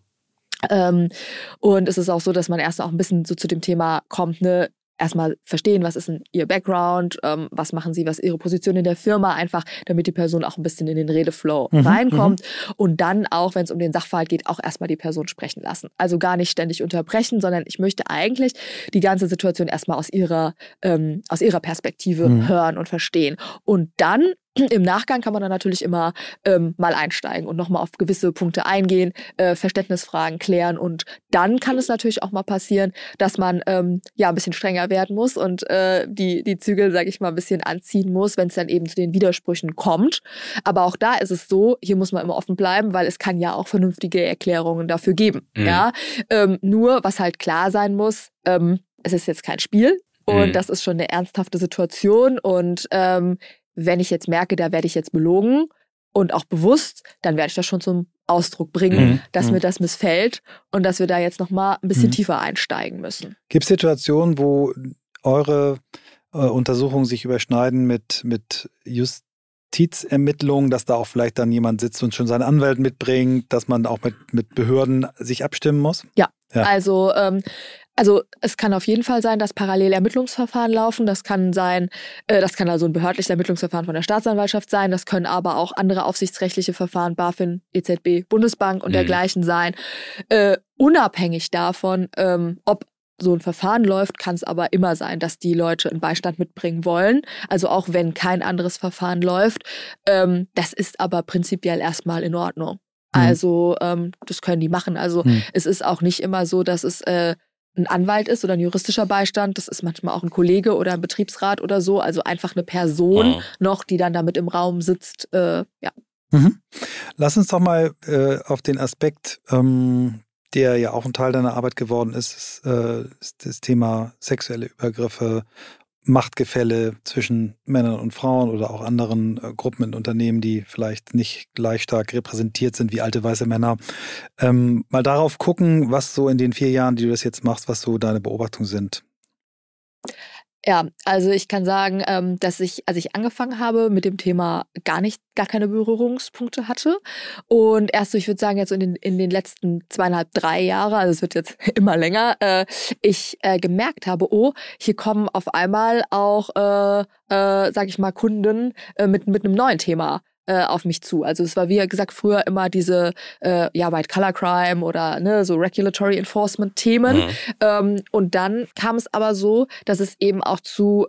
Und es ist auch so, dass man erst auch ein bisschen so zu dem Thema kommt, ne? Erstmal verstehen, was ist denn ihr Background, was machen sie, was ist ihre Position in der Firma, einfach damit die Person auch ein bisschen in den Redeflow reinkommt und dann auch, wenn es um den Sachverhalt geht, auch erstmal die Person sprechen lassen. Also gar nicht ständig unterbrechen, sondern ich möchte eigentlich die ganze Situation erstmal aus ihrer Perspektive hören und verstehen. Und dann Im Nachgang kann man dann natürlich immer mal einsteigen und nochmal auf gewisse Punkte eingehen, Verständnisfragen klären und dann kann es natürlich auch mal passieren, dass man ein bisschen strenger werden muss und die Zügel, sage ich mal, ein bisschen anziehen muss, wenn es dann eben zu den Widersprüchen kommt. Aber auch da ist es so, hier muss man immer offen bleiben, weil es kann ja auch vernünftige Erklärungen dafür geben. Ja? Nur, was halt klar sein muss, es ist jetzt kein Spiel und das ist schon eine ernsthafte Situation und wenn ich jetzt merke, da werde ich jetzt belogen und auch bewusst, dann werde ich das schon zum Ausdruck bringen, dass mir das missfällt und dass wir da jetzt nochmal ein bisschen tiefer einsteigen müssen. Gibt es Situationen, wo eure Untersuchungen sich überschneiden mit Justizermittlungen, dass da auch vielleicht dann jemand sitzt und schon seinen Anwalt mitbringt, dass man auch mit Behörden sich abstimmen muss? Ja. Also es kann auf jeden Fall sein, dass parallel Ermittlungsverfahren laufen. Das kann sein, das kann also ein behördliches Ermittlungsverfahren von der Staatsanwaltschaft sein. Das können aber auch andere aufsichtsrechtliche Verfahren, BaFin, EZB, Bundesbank und dergleichen sein. Unabhängig davon, ob so ein Verfahren läuft, kann es aber immer sein, dass die Leute einen Beistand mitbringen wollen. Also auch wenn kein anderes Verfahren läuft. Das ist aber prinzipiell erstmal in Ordnung. Also das können die machen. Also es ist auch nicht immer so, dass es ein Anwalt ist oder ein juristischer Beistand. Das ist manchmal auch ein Kollege oder ein Betriebsrat oder so. Also einfach eine Person noch, die dann damit im Raum sitzt. Lass uns doch mal auf den Aspekt, der ja auch ein Teil deiner Arbeit geworden ist das Thema sexuelle Übergriffe, Machtgefälle zwischen Männern und Frauen oder auch anderen Gruppen in Unternehmen, die vielleicht nicht gleich stark repräsentiert sind wie alte weiße Männer. Mal darauf gucken, was so in den 4 Jahren, die du das jetzt machst, was so deine Beobachtungen sind. Ja, also ich kann sagen, dass ich, als ich angefangen habe mit dem Thema, gar keine Berührungspunkte hatte. Und erst so, ich würde sagen, jetzt in den letzten 2,5, 3 Jahre, also es wird jetzt immer länger, ich gemerkt habe, hier kommen auf einmal auch, sag ich mal, Kunden mit einem neuen Thema auf mich zu. Also es war, wie gesagt, früher immer diese White Collar Crime oder so Regulatory Enforcement Themen. Und dann kam es aber so, dass es eben auch zu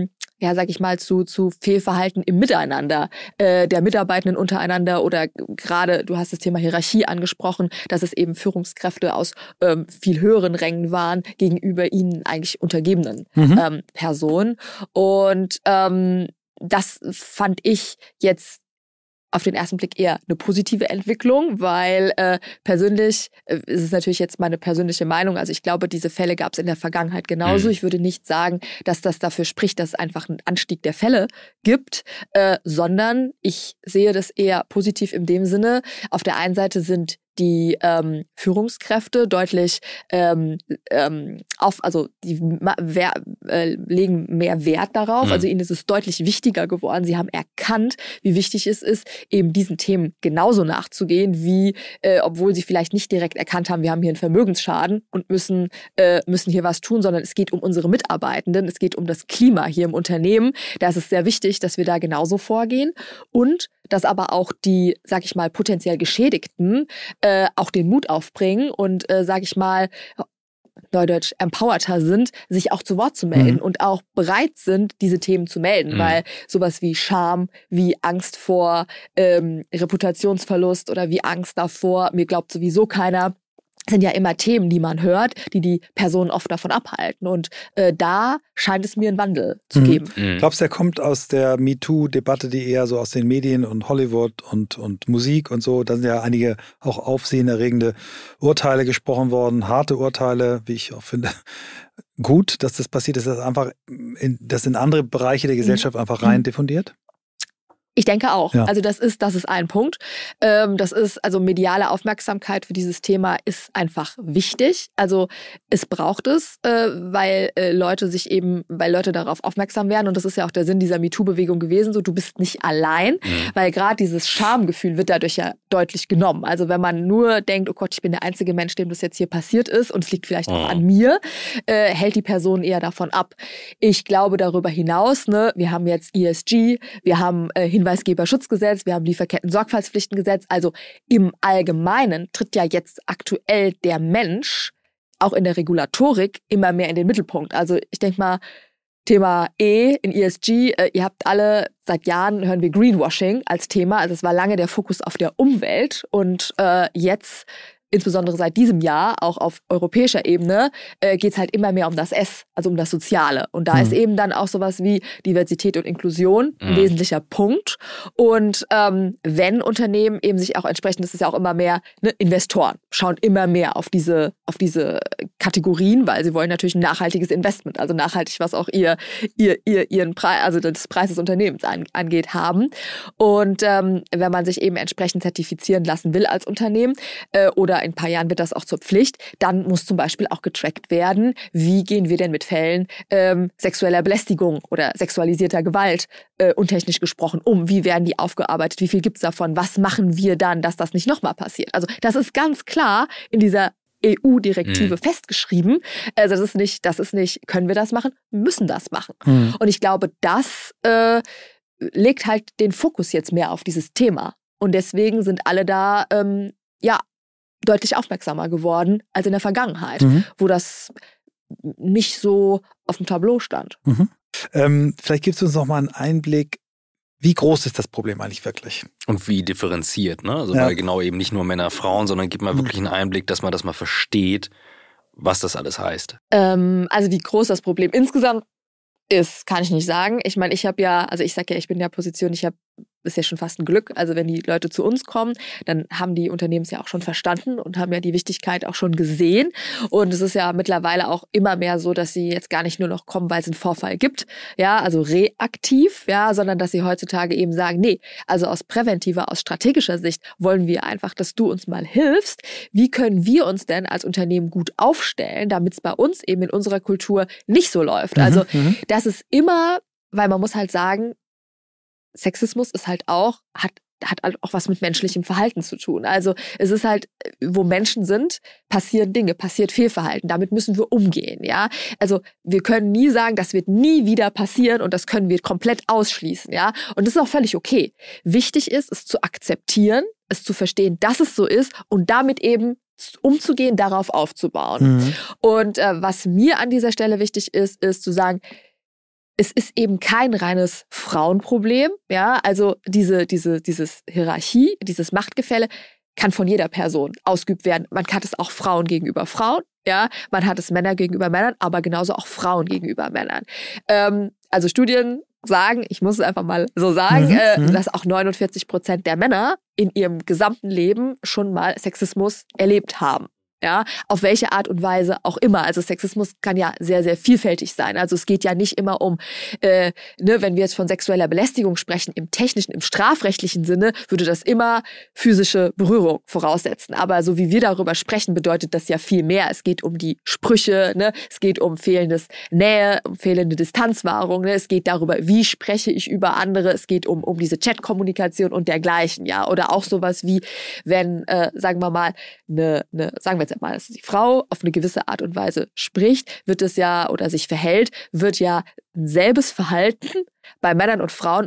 zu Fehlverhalten im Miteinander der Mitarbeitenden untereinander oder gerade, du hast das Thema Hierarchie angesprochen, dass es eben Führungskräfte aus viel höheren Rängen waren gegenüber ihnen eigentlich untergebenen Personen. Und das fand ich jetzt auf den ersten Blick eher eine positive Entwicklung, weil persönlich ist es natürlich jetzt meine persönliche Meinung, also ich glaube, diese Fälle gab es in der Vergangenheit genauso. Ich würde nicht sagen, dass das dafür spricht, dass es einfach einen Anstieg der Fälle gibt, sondern ich sehe das eher positiv in dem Sinne, auf der einen Seite sind die Führungskräfte deutlich legen mehr Wert darauf. Also ihnen ist es deutlich wichtiger geworden. Sie haben erkannt, wie wichtig es ist, eben diesen Themen genauso nachzugehen, wie obwohl sie vielleicht nicht direkt erkannt haben, wir haben hier einen Vermögensschaden und müssen hier was tun, sondern es geht um unsere Mitarbeitenden, es geht um das Klima hier im Unternehmen. Da ist es sehr wichtig, dass wir da genauso vorgehen und dass aber auch die, sag ich mal, potenziell Geschädigten auch den Mut aufbringen und, sag ich mal, neudeutsch empowerter sind, sich auch zu Wort zu melden und auch bereit sind, diese Themen zu melden, weil sowas wie Scham, wie Angst vor Reputationsverlust oder wie Angst davor, mir glaubt sowieso keiner, sind ja immer Themen, die man hört, die Personen oft davon abhalten. Und da scheint es mir einen Wandel zu geben. Glaubst du, der kommt aus der MeToo-Debatte, die eher so aus den Medien und Hollywood und Musik und so, da sind ja einige auch aufsehenerregende Urteile gesprochen worden, harte Urteile, wie ich auch finde. Gut, dass das passiert ist, dass einfach das in andere Bereiche der Gesellschaft einfach rein diffundiert? Ich denke auch. Ja. Also das ist ein Punkt. Also mediale Aufmerksamkeit für dieses Thema ist einfach wichtig. Also es braucht es, weil Leute darauf aufmerksam werden. Und das ist ja auch der Sinn dieser MeToo-Bewegung gewesen. So, du bist nicht allein, weil gerade dieses Schamgefühl wird dadurch ja deutlich genommen. Also wenn man nur denkt, oh Gott, ich bin der einzige Mensch, dem das jetzt hier passiert ist und es liegt vielleicht auch an mir, hält die Person eher davon ab. Ich glaube darüber hinaus, wir haben jetzt ESG, wir haben Hinweisgeberschutzgesetz, wir haben Lieferketten-Sorgfaltspflichtengesetz. Also im Allgemeinen tritt ja jetzt aktuell der Mensch auch in der Regulatorik immer mehr in den Mittelpunkt. Also ich denke mal, Thema E in ESG, ihr habt alle, seit Jahren hören wir Greenwashing als Thema. Also es war lange der Fokus auf der Umwelt und jetzt, insbesondere seit diesem Jahr, auch auf europäischer Ebene, geht es halt immer mehr um das S, also um das Soziale. Und da ist eben dann auch sowas wie Diversität und Inklusion ein wesentlicher Punkt. Und wenn Unternehmen eben sich auch entsprechend, das ist ja auch immer mehr, ne, Investoren schauen immer mehr auf diese Kategorien, weil sie wollen natürlich ein nachhaltiges Investment, also nachhaltig, was auch ihren Preis, also das Preis des Unternehmens angeht, haben. Und wenn man sich eben entsprechend zertifizieren lassen will als Unternehmen oder in ein paar Jahren wird das auch zur Pflicht, dann muss zum Beispiel auch getrackt werden, wie gehen wir denn mit Fällen sexueller Belästigung oder sexualisierter Gewalt untechnisch gesprochen um, wie werden die aufgearbeitet, wie viel gibt's davon, was machen wir dann, dass das nicht nochmal passiert. Also das ist ganz klar in dieser EU-Direktive festgeschrieben. Also das ist nicht, können wir das machen, müssen das machen. Und ich glaube, das legt halt den Fokus jetzt mehr auf dieses Thema. Und deswegen sind alle da, deutlich aufmerksamer geworden als in der Vergangenheit, wo das nicht so auf dem Tableau stand. Vielleicht gibst du uns noch mal einen Einblick, wie groß ist das Problem eigentlich wirklich? Und wie differenziert, ne? Also weil genau eben nicht nur Männer, Frauen, sondern gib mal wirklich einen Einblick, dass man das mal versteht, was das alles heißt. Also wie groß das Problem insgesamt ist, kann ich nicht sagen. Ich meine, ich sage ja, ich bin in der Position, ist ja schon fast ein Glück. Also wenn die Leute zu uns kommen, dann haben die Unternehmen es ja auch schon verstanden und haben ja die Wichtigkeit auch schon gesehen. Und es ist ja mittlerweile auch immer mehr so, dass sie jetzt gar nicht nur noch kommen, weil es einen Vorfall gibt, ja, also reaktiv, ja, sondern dass sie heutzutage eben sagen, nee, also aus präventiver, aus strategischer Sicht wollen wir einfach, dass du uns mal hilfst. Wie können wir uns denn als Unternehmen gut aufstellen, damit es bei uns eben in unserer Kultur nicht so läuft? Also das ist immer, weil man muss halt sagen, Sexismus ist halt auch, hat halt auch was mit menschlichem Verhalten zu tun. Also es ist halt, wo Menschen sind, passieren Dinge, passiert Fehlverhalten. Damit müssen wir umgehen, ja. Also wir können nie sagen, das wird nie wieder passieren und das können wir komplett ausschließen, ja. Und das ist auch völlig okay. Wichtig ist, es zu akzeptieren, es zu verstehen, dass es so ist und damit eben umzugehen, darauf aufzubauen. Und was mir an dieser Stelle wichtig ist zu sagen, es ist eben kein reines Frauenproblem, ja, also dieses Hierarchie, dieses Machtgefälle kann von jeder Person ausgeübt werden. Man hat es auch Frauen gegenüber Frauen, ja, man hat es Männer gegenüber Männern, aber genauso auch Frauen gegenüber Männern. Also Studien sagen, ich muss es einfach mal so sagen, dass auch 49% der Männer in ihrem gesamten Leben schon mal Sexismus erlebt haben. Ja, auf welche Art und Weise auch immer. Also Sexismus kann ja sehr, sehr vielfältig sein. Also es geht ja nicht immer um, wenn wir jetzt von sexueller Belästigung sprechen, im technischen, im strafrechtlichen Sinne, würde das immer physische Berührung voraussetzen. Aber so wie wir darüber sprechen, bedeutet das ja viel mehr. Es geht um die Sprüche, ne? Es geht um fehlendes Nähe, um fehlende Distanzwahrung, ne? Es geht darüber, wie spreche ich über andere. Es geht um diese Chatkommunikation und dergleichen, ja. Oder auch sowas wie, wenn, sagen wir mal, sagen wir jetzt mal, dass die Frau auf eine gewisse Art und Weise spricht, wird es ja, oder sich verhält, wird ja ein selbes Verhalten bei Männern und Frauen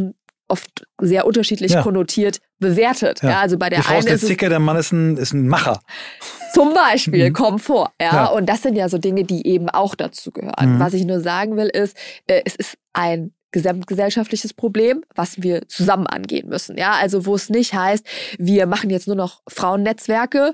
oft sehr unterschiedlich konnotiert bewertet. Ja, also bei der die Frau einen ist eine Zicke, der Mann ist ein Macher. Zum Beispiel, kommt vor. Ja, und das sind ja so Dinge, die eben auch dazu gehören. Was ich nur sagen will, ist, es ist ein gesamtgesellschaftliches Problem, was wir zusammen angehen müssen. Ja, also wo es nicht heißt, wir machen jetzt nur noch Frauennetzwerke,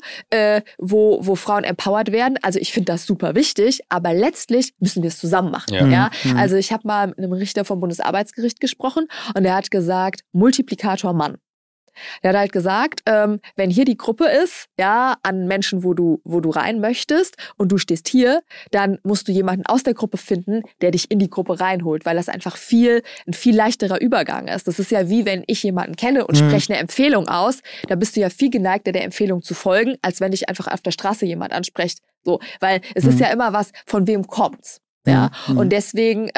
wo Frauen empowered werden. Also ich finde das super wichtig, aber letztlich müssen wir es zusammen machen. Ja. Also ich habe mal mit einem Richter vom Bundesarbeitsgericht gesprochen und der hat gesagt, Multiplikator Mann. Der hat halt gesagt, wenn hier die Gruppe ist, ja, an Menschen, wo du rein möchtest und du stehst hier, dann musst du jemanden aus der Gruppe finden, der dich in die Gruppe reinholt, weil das einfach ein viel leichterer Übergang ist. Das ist ja wie, wenn ich jemanden kenne und spreche eine Empfehlung aus, da bist du ja viel geneigter, der Empfehlung zu folgen, als wenn dich einfach auf der Straße jemand anspricht. So, weil es ist ja immer was, von wem kommt's. Ja, und deswegen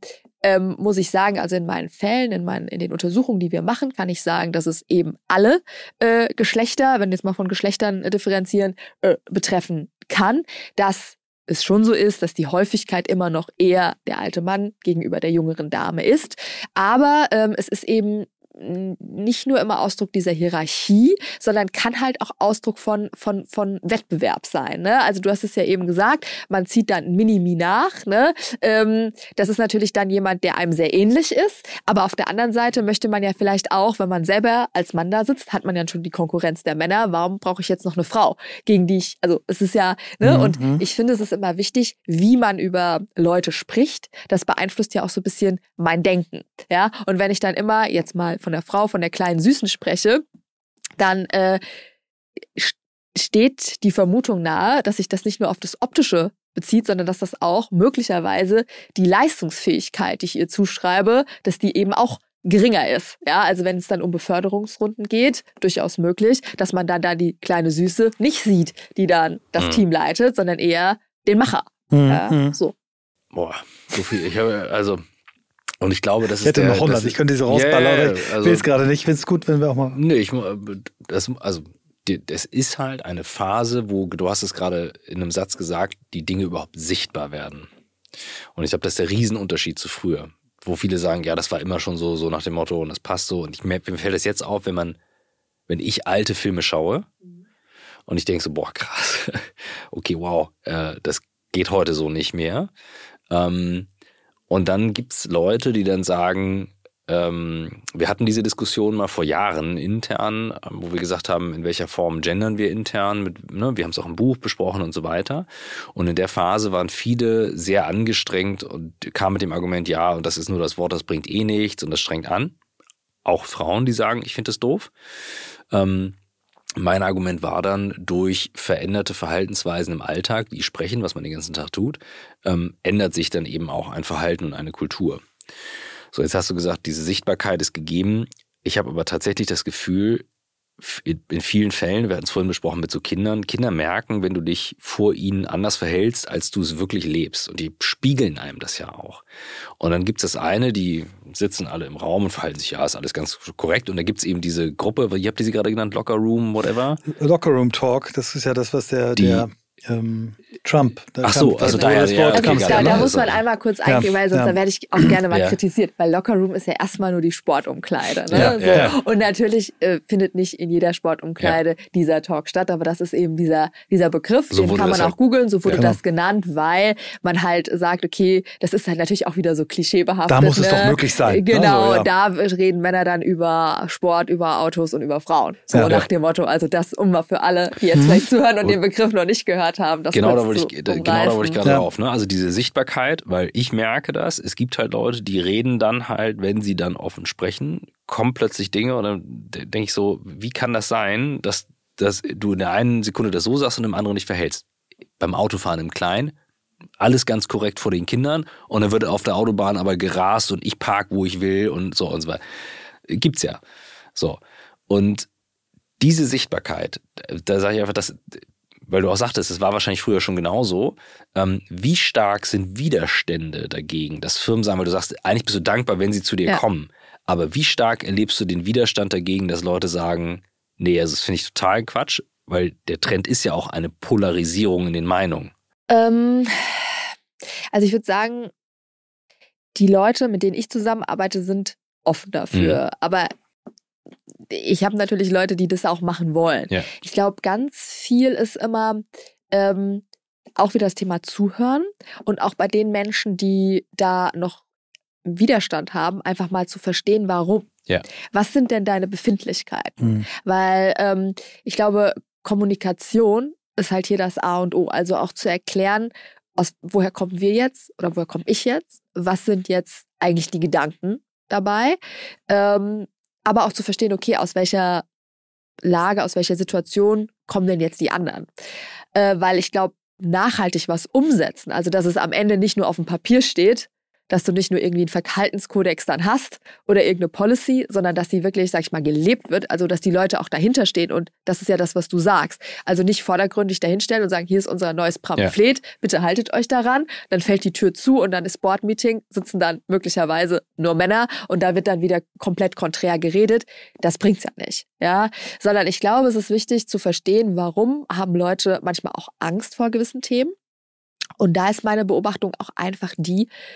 muss ich sagen, also in meinen Fällen, in den Untersuchungen, die wir machen, kann ich sagen, dass es eben alle Geschlechter, wenn wir jetzt mal von Geschlechtern differenzieren, betreffen kann, dass es schon so ist, dass die Häufigkeit immer noch eher der alte Mann gegenüber der jüngeren Dame ist. Aber es ist eben nicht nur immer Ausdruck dieser Hierarchie, sondern kann halt auch Ausdruck von Wettbewerb sein. Ne? Also du hast es ja eben gesagt, man zieht dann ein Minimi nach. Ne? Das ist natürlich dann jemand, der einem sehr ähnlich ist. Aber auf der anderen Seite möchte man ja vielleicht auch, wenn man selber als Mann da sitzt, hat man ja schon die Konkurrenz der Männer. Warum brauche ich jetzt noch eine Frau, gegen die ich, also es ist ja, ne? Und ich finde, es ist immer wichtig, wie man über Leute spricht. Das beeinflusst ja auch so ein bisschen mein Denken. Ja? Und wenn ich dann immer jetzt mal von der Frau, von der kleinen Süßen spreche, dann steht die Vermutung nahe, dass sich das nicht nur auf das Optische bezieht, sondern dass das auch möglicherweise die Leistungsfähigkeit, die ich ihr zuschreibe, dass die eben auch geringer ist. Ja, also wenn es dann um Beförderungsrunden geht, durchaus möglich, dass man dann da die kleine Süße nicht sieht, die dann das Team leitet, sondern eher den Macher. So. Boah, so viel. Ich habe, also, und ich glaube, das ist. Ich hätte noch 100, ich könnte diese rausballern, aber ich will es gerade nicht. Ich finde es gut, wenn wir auch mal. Nee, das ist halt eine Phase, wo, du hast es gerade in einem Satz gesagt, die Dinge überhaupt sichtbar werden. Und ich glaube, das ist der Riesenunterschied zu früher. Wo viele sagen, ja, das war immer schon so nach dem Motto und das passt so. Und mir fällt das jetzt auf, wenn ich alte Filme schaue und ich denke so, boah, krass, okay, wow, das geht heute so nicht mehr. Und dann gibt es Leute, die dann sagen, wir hatten diese Diskussion mal vor Jahren intern, wo wir gesagt haben, in welcher Form gendern wir intern. Wir haben es auch im Buch besprochen und so weiter. Und in der Phase waren viele sehr angestrengt und kamen mit dem Argument, ja, und das ist nur das Wort, das bringt eh nichts und das strengt an. Auch Frauen, die sagen, ich finde das doof. Mein Argument war dann, durch veränderte Verhaltensweisen im Alltag, die sprechen, was man den ganzen Tag tut, ändert sich dann eben auch ein Verhalten und eine Kultur. So, jetzt hast du gesagt, diese Sichtbarkeit ist gegeben. Ich habe aber tatsächlich das Gefühl, in vielen Fällen, wir hatten es vorhin besprochen mit so Kindern, Kinder merken, wenn du dich vor ihnen anders verhältst, als du es wirklich lebst. Und die spiegeln einem das ja auch. Und dann gibt es das eine, die sitzen alle im Raum und verhalten sich, ja, ist alles ganz korrekt. Und dann gibt es eben diese Gruppe, wie habt ihr sie gerade genannt, Locker Room, whatever? Locker Room Talk, das ist ja das, was der Trump. Ach so, also da muss man einmal kurz eingehen, weil sonst da werde ich auch gerne mal kritisiert, weil Locker Room ist ja erstmal nur die Sportumkleide. Ne? Und natürlich findet nicht in jeder Sportumkleide dieser Talk statt, aber das ist eben dieser Begriff, so den kann man auch googeln, so wurde das genannt, weil man halt sagt, okay, das ist halt natürlich auch wieder so klischeebehaftet. Da muss es doch möglich sein. Genau, so, da reden Männer dann über Sport, über Autos und über Frauen. So nach dem Motto, also das, um mal für alle, die jetzt vielleicht zuhören und den Begriff noch nicht gehört haben. Das genau da wollte ich gerade drauf. Ne? Also diese Sichtbarkeit, weil ich merke das, es gibt halt Leute, die reden dann halt, wenn sie dann offen sprechen, kommen plötzlich Dinge und dann denke ich so, wie kann das sein, dass du in der einen Sekunde das so sagst und im anderen nicht verhältst? Beim Autofahren im Kleinen, alles ganz korrekt vor den Kindern und dann wird auf der Autobahn aber gerast und ich park, wo ich will und so und so weiter. Gibt's ja. So. Und diese Sichtbarkeit, da sage ich einfach, weil du auch sagtest, es war wahrscheinlich früher schon genauso. Wie stark sind Widerstände dagegen, dass Firmen sagen, weil du sagst, eigentlich bist du dankbar, wenn sie zu dir kommen. Aber wie stark erlebst du den Widerstand dagegen, dass Leute sagen, nee, also das finde ich total Quatsch, weil der Trend ist ja auch eine Polarisierung in den Meinungen. Also ich würde sagen, die Leute, mit denen ich zusammenarbeite, sind offen dafür. Aber ich habe natürlich Leute, die das auch machen wollen. Ja. Ich glaube, ganz viel ist immer auch wieder das Thema Zuhören und auch bei den Menschen, die da noch Widerstand haben, einfach mal zu verstehen, warum. Ja. Was sind denn deine Befindlichkeiten? Weil ich glaube, Kommunikation ist halt hier das A und O. Also auch zu erklären, woher kommen wir jetzt oder woher komme ich jetzt? Was sind jetzt eigentlich die Gedanken dabei? Aber auch zu verstehen, okay, aus welcher Lage, aus welcher Situation kommen denn jetzt die anderen? Weil ich glaube, nachhaltig was umsetzen, also dass es am Ende nicht nur auf dem Papier steht, dass du nicht nur irgendwie einen Verhaltenskodex dann hast oder irgendeine Policy, sondern dass die wirklich, sag ich mal, gelebt wird, also dass die Leute auch dahinter stehen und das ist ja das, was du sagst. Also nicht vordergründig dahinstellen und sagen, hier ist unser neues Pamphlet, bitte haltet euch daran, dann fällt die Tür zu und dann ist Board-Meeting, sitzen dann möglicherweise nur Männer und da wird dann wieder komplett konträr geredet. Das bringt's ja nicht, ja, sondern ich glaube, es ist wichtig zu verstehen, warum haben Leute manchmal auch Angst vor gewissen Themen und da ist meine Beobachtung auch einfach die,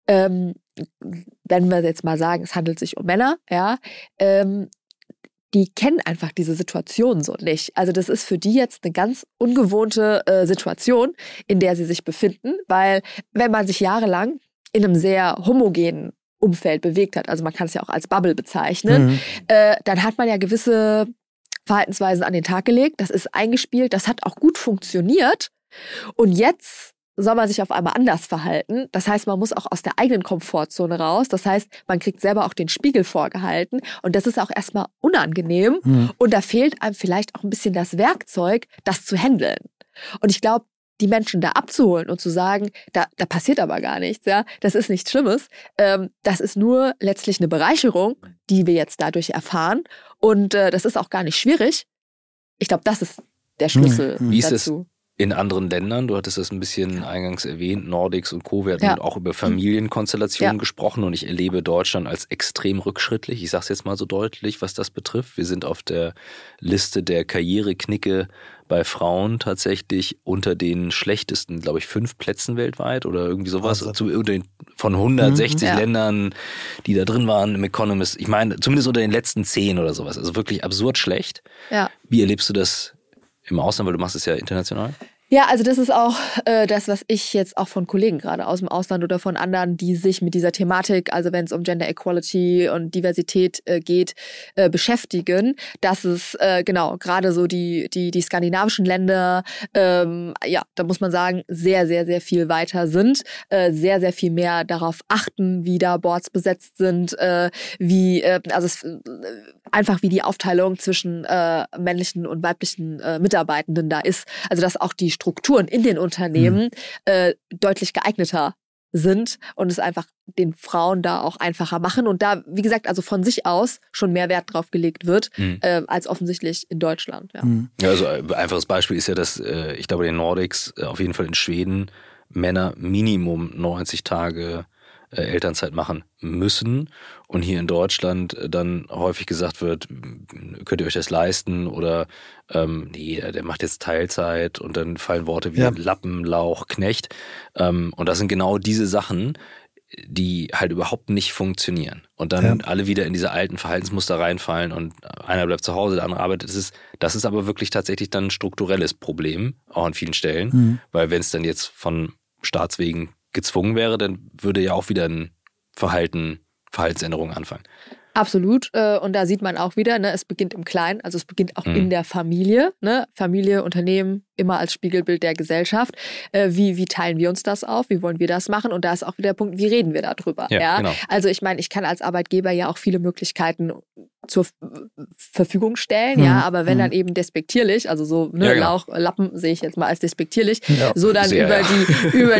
wenn wir jetzt mal sagen, es handelt sich um Männer, ja, die kennen einfach diese Situation so nicht. Also das ist für die jetzt eine ganz ungewohnte Situation, in der sie sich befinden, weil wenn man sich jahrelang in einem sehr homogenen Umfeld bewegt hat, also man kann es ja auch als Bubble bezeichnen, dann hat man ja gewisse Verhaltensweisen an den Tag gelegt, das ist eingespielt, das hat auch gut funktioniert und jetzt soll man sich auf einmal anders verhalten. Das heißt, man muss auch aus der eigenen Komfortzone raus. Das heißt, man kriegt selber auch den Spiegel vorgehalten. Und das ist auch erstmal unangenehm. Und da fehlt einem vielleicht auch ein bisschen das Werkzeug, das zu handeln. Und ich glaube, die Menschen da abzuholen und zu sagen, da passiert aber gar nichts, ja, das ist nichts Schlimmes. Das ist nur letztlich eine Bereicherung, die wir jetzt dadurch erfahren. Und das ist auch gar nicht schwierig. Ich glaube, das ist der Schlüssel Wie ist dazu. In anderen Ländern, du hattest das ein bisschen eingangs erwähnt, Nordics und Co., wir hatten auch über Familienkonstellationen gesprochen und ich erlebe Deutschland als extrem rückschrittlich. Ich sage es jetzt mal so deutlich, was das betrifft. Wir sind auf der Liste der Karriereknicke bei Frauen tatsächlich unter den schlechtesten, glaube ich, 5 Plätzen weltweit oder irgendwie sowas. Von 160 Ländern, die da drin waren im Economist. Ich meine, zumindest unter den letzten 10 oder sowas. Also wirklich absurd schlecht. Ja. Wie erlebst du das im Ausland, weil du machst es ja international? Ja, also das ist auch das, was ich jetzt auch von Kollegen gerade aus dem Ausland oder von anderen, die sich mit dieser Thematik, also wenn es um Gender Equality und Diversität geht, beschäftigen, dass es genau gerade so die skandinavischen Länder, da muss man sagen, sehr, sehr, sehr viel weiter sind, sehr, sehr viel mehr darauf achten, wie da Boards besetzt sind, einfach wie die Aufteilung zwischen männlichen und weiblichen Mitarbeitenden da ist. Also dass auch die Strukturen in den Unternehmen deutlich geeigneter sind und es einfach den Frauen da auch einfacher machen und da, wie gesagt, also von sich aus schon mehr Wert drauf gelegt wird, als offensichtlich in Deutschland. Ja. Ja, also ein einfaches Beispiel ist ja, dass ich glaube, in den Nordics, auf jeden Fall in Schweden, Männer Minimum 90 Tage Elternzeit machen müssen und hier in Deutschland dann häufig gesagt wird, könnt ihr euch das leisten oder nee, der macht jetzt Teilzeit und dann fallen Worte wie Lappen, Lauch, Knecht und das sind genau diese Sachen, die halt überhaupt nicht funktionieren und dann alle wieder in diese alten Verhaltensmuster reinfallen und einer bleibt zu Hause, der andere arbeitet. Das ist aber wirklich tatsächlich dann ein strukturelles Problem, auch an vielen Stellen, weil wenn es dann jetzt von Staatswegen gezwungen wäre, dann würde ja auch wieder ein Verhaltensänderung anfangen. Absolut. Und da sieht man auch wieder, ne, es beginnt im Kleinen, also es beginnt auch in der Familie. Ne? Familie, Unternehmen, immer als Spiegelbild der Gesellschaft. Wie teilen wir uns das auf? Wie wollen wir das machen? Und da ist auch wieder der Punkt, wie reden wir darüber? Ja? Genau. Also ich meine, ich kann als Arbeitgeber ja auch viele Möglichkeiten zur Verfügung stellen, ja, aber wenn dann eben despektierlich, also so Lauch, Lappen sehe ich jetzt mal als despektierlich, so dann über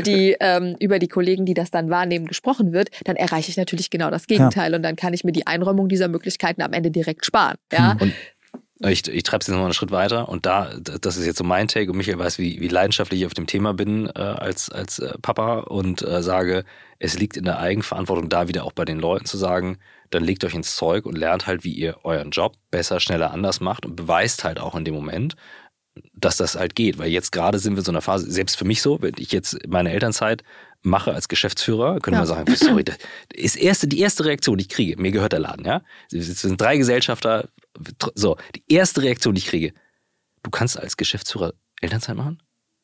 die Kollegen, die das dann wahrnehmen, gesprochen wird, dann erreiche ich natürlich genau das Gegenteil und dann kann ich mir die Einräumung dieser Möglichkeiten am Ende direkt sparen. Ja. Und ich treibe es jetzt noch einen Schritt weiter und das ist jetzt so mein Take und Michael weiß, wie leidenschaftlich ich auf dem Thema bin als Papa und sage, es liegt in der Eigenverantwortung da wieder auch bei den Leuten zu sagen, dann legt euch ins Zeug und lernt halt, wie ihr euren Job besser, schneller, anders macht und beweist halt auch in dem Moment, dass das halt geht. Weil jetzt gerade sind wir in so einer Phase, selbst für mich so, wenn ich jetzt meine Elternzeit mache als Geschäftsführer, könnte man sagen, sorry, das ist die erste Reaktion, die ich kriege. Mir gehört der Laden, ja. Es sind 3 Gesellschafter. So, die erste Reaktion, die ich kriege, du kannst als Geschäftsführer Elternzeit machen?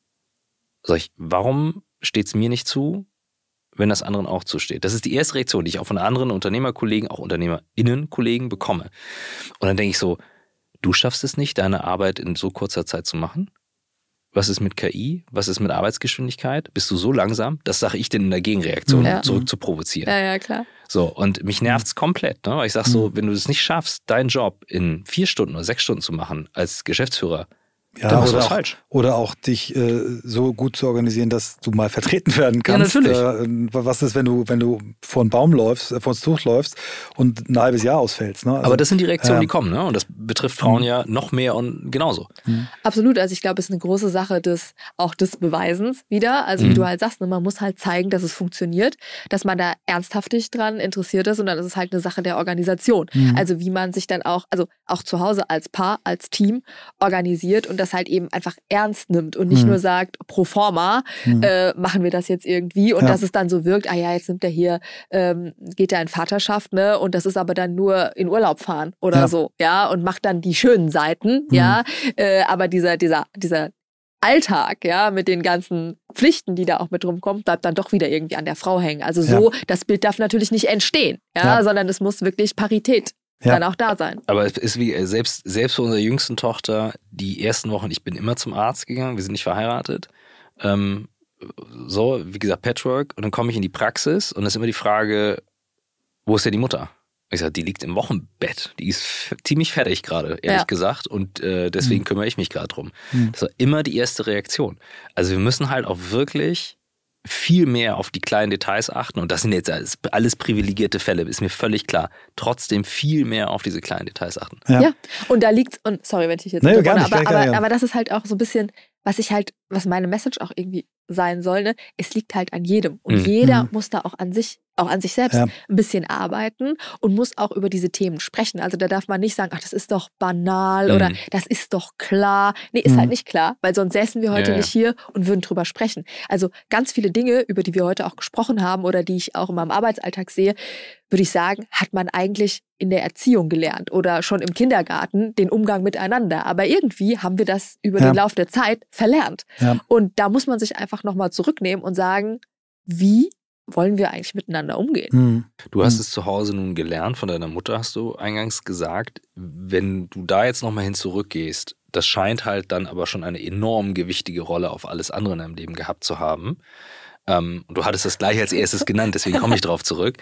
Sag ich, warum steht es mir nicht zu, wenn das anderen auch zusteht? Das ist die erste Reaktion, die ich auch von anderen Unternehmerkollegen, auch UnternehmerInnen-Kollegen bekomme. Und dann denke ich so, du schaffst es nicht, deine Arbeit in so kurzer Zeit zu machen? Was ist mit KI? Was ist mit Arbeitsgeschwindigkeit? Bist du so langsam? Das sage ich denn in der Gegenreaktion, zurück zu provozieren. Ja, klar. So, und mich nervt's komplett, ne? Weil ich sage so, wenn du es nicht schaffst, deinen Job in 4 Stunden oder 6 Stunden zu machen als Geschäftsführer, dann machst du was falsch. Oder auch dich so gut zu organisieren, dass du mal vertreten werden kannst. Ja, natürlich. Was ist, wenn du vor einen Baum läufst, vor ins Tuch läufst und ein halbes Jahr ausfällst? Ne? Also, aber das sind die Reaktionen, die kommen, ne? Und das betrifft Frauen ja noch mehr und genauso. Absolut. Also ich glaube, es ist eine große Sache des Beweisens wieder. Also wie du halt sagst, ne, man muss halt zeigen, dass es funktioniert, dass man da ernsthaftig dran interessiert ist und dann ist es halt eine Sache der Organisation. Also wie man sich dann auch zu Hause als Paar, als Team organisiert und das halt eben einfach ernst nimmt und nicht nur sagt, pro forma machen wir das jetzt irgendwie und dass es dann so wirkt, jetzt nimmt er hier, geht er in Vaterschaft, ne, und das ist aber dann nur in Urlaub fahren oder so, ja, und macht dann die schönen Seiten, aber dieser Alltag, ja, mit den ganzen Pflichten, die da auch mit rumkommen, bleibt dann doch wieder irgendwie an der Frau hängen. Also so, das Bild darf natürlich nicht entstehen, sondern es muss wirklich Parität dann auch da sein. Aber es ist wie, selbst für unsere jüngsten Tochter, die ersten Wochen, ich bin immer zum Arzt gegangen, wir sind nicht verheiratet, so, wie gesagt, Patchwork, und dann komme ich in die Praxis und es ist immer die Frage, wo ist denn die Mutter? Ich sage, die liegt im Wochenbett. Die ist ziemlich fertig gerade, ehrlich gesagt. Und deswegen kümmere ich mich gerade drum. Das war immer die erste Reaktion. Also wir müssen halt auch wirklich viel mehr auf die kleinen Details achten. Und das sind jetzt alles privilegierte Fälle, ist mir völlig klar. Trotzdem viel mehr auf diese kleinen Details achten. Ja, und da liegt's, und sorry, wenn ich jetzt aber das ist halt auch so ein bisschen, was meine Message auch irgendwie sein soll, ne? Es liegt halt an jedem. Und jeder muss da auch an sich selbst ein bisschen arbeiten und muss auch über diese Themen sprechen. Also da darf man nicht sagen, ach, das ist doch banal oder das ist doch klar. Nee, ist halt nicht klar, weil sonst säßen wir heute nicht hier und würden drüber sprechen. Also ganz viele Dinge, über die wir heute auch gesprochen haben oder die ich auch in meinem Arbeitsalltag sehe, würde ich sagen, hat man eigentlich in der Erziehung gelernt oder schon im Kindergarten den Umgang miteinander. Aber irgendwie haben wir das über den Lauf der Zeit verlernt. Ja. Und da muss man sich einfach nochmal zurücknehmen und sagen, wie wollen wir eigentlich miteinander umgehen? Du hast es zu Hause nun gelernt von deiner Mutter, hast du eingangs gesagt. Wenn du da jetzt nochmal hin zurückgehst, das scheint halt dann aber schon eine enorm gewichtige Rolle auf alles andere in deinem Leben gehabt zu haben. Und du hattest das gleich als erstes genannt, deswegen komme ich drauf zurück.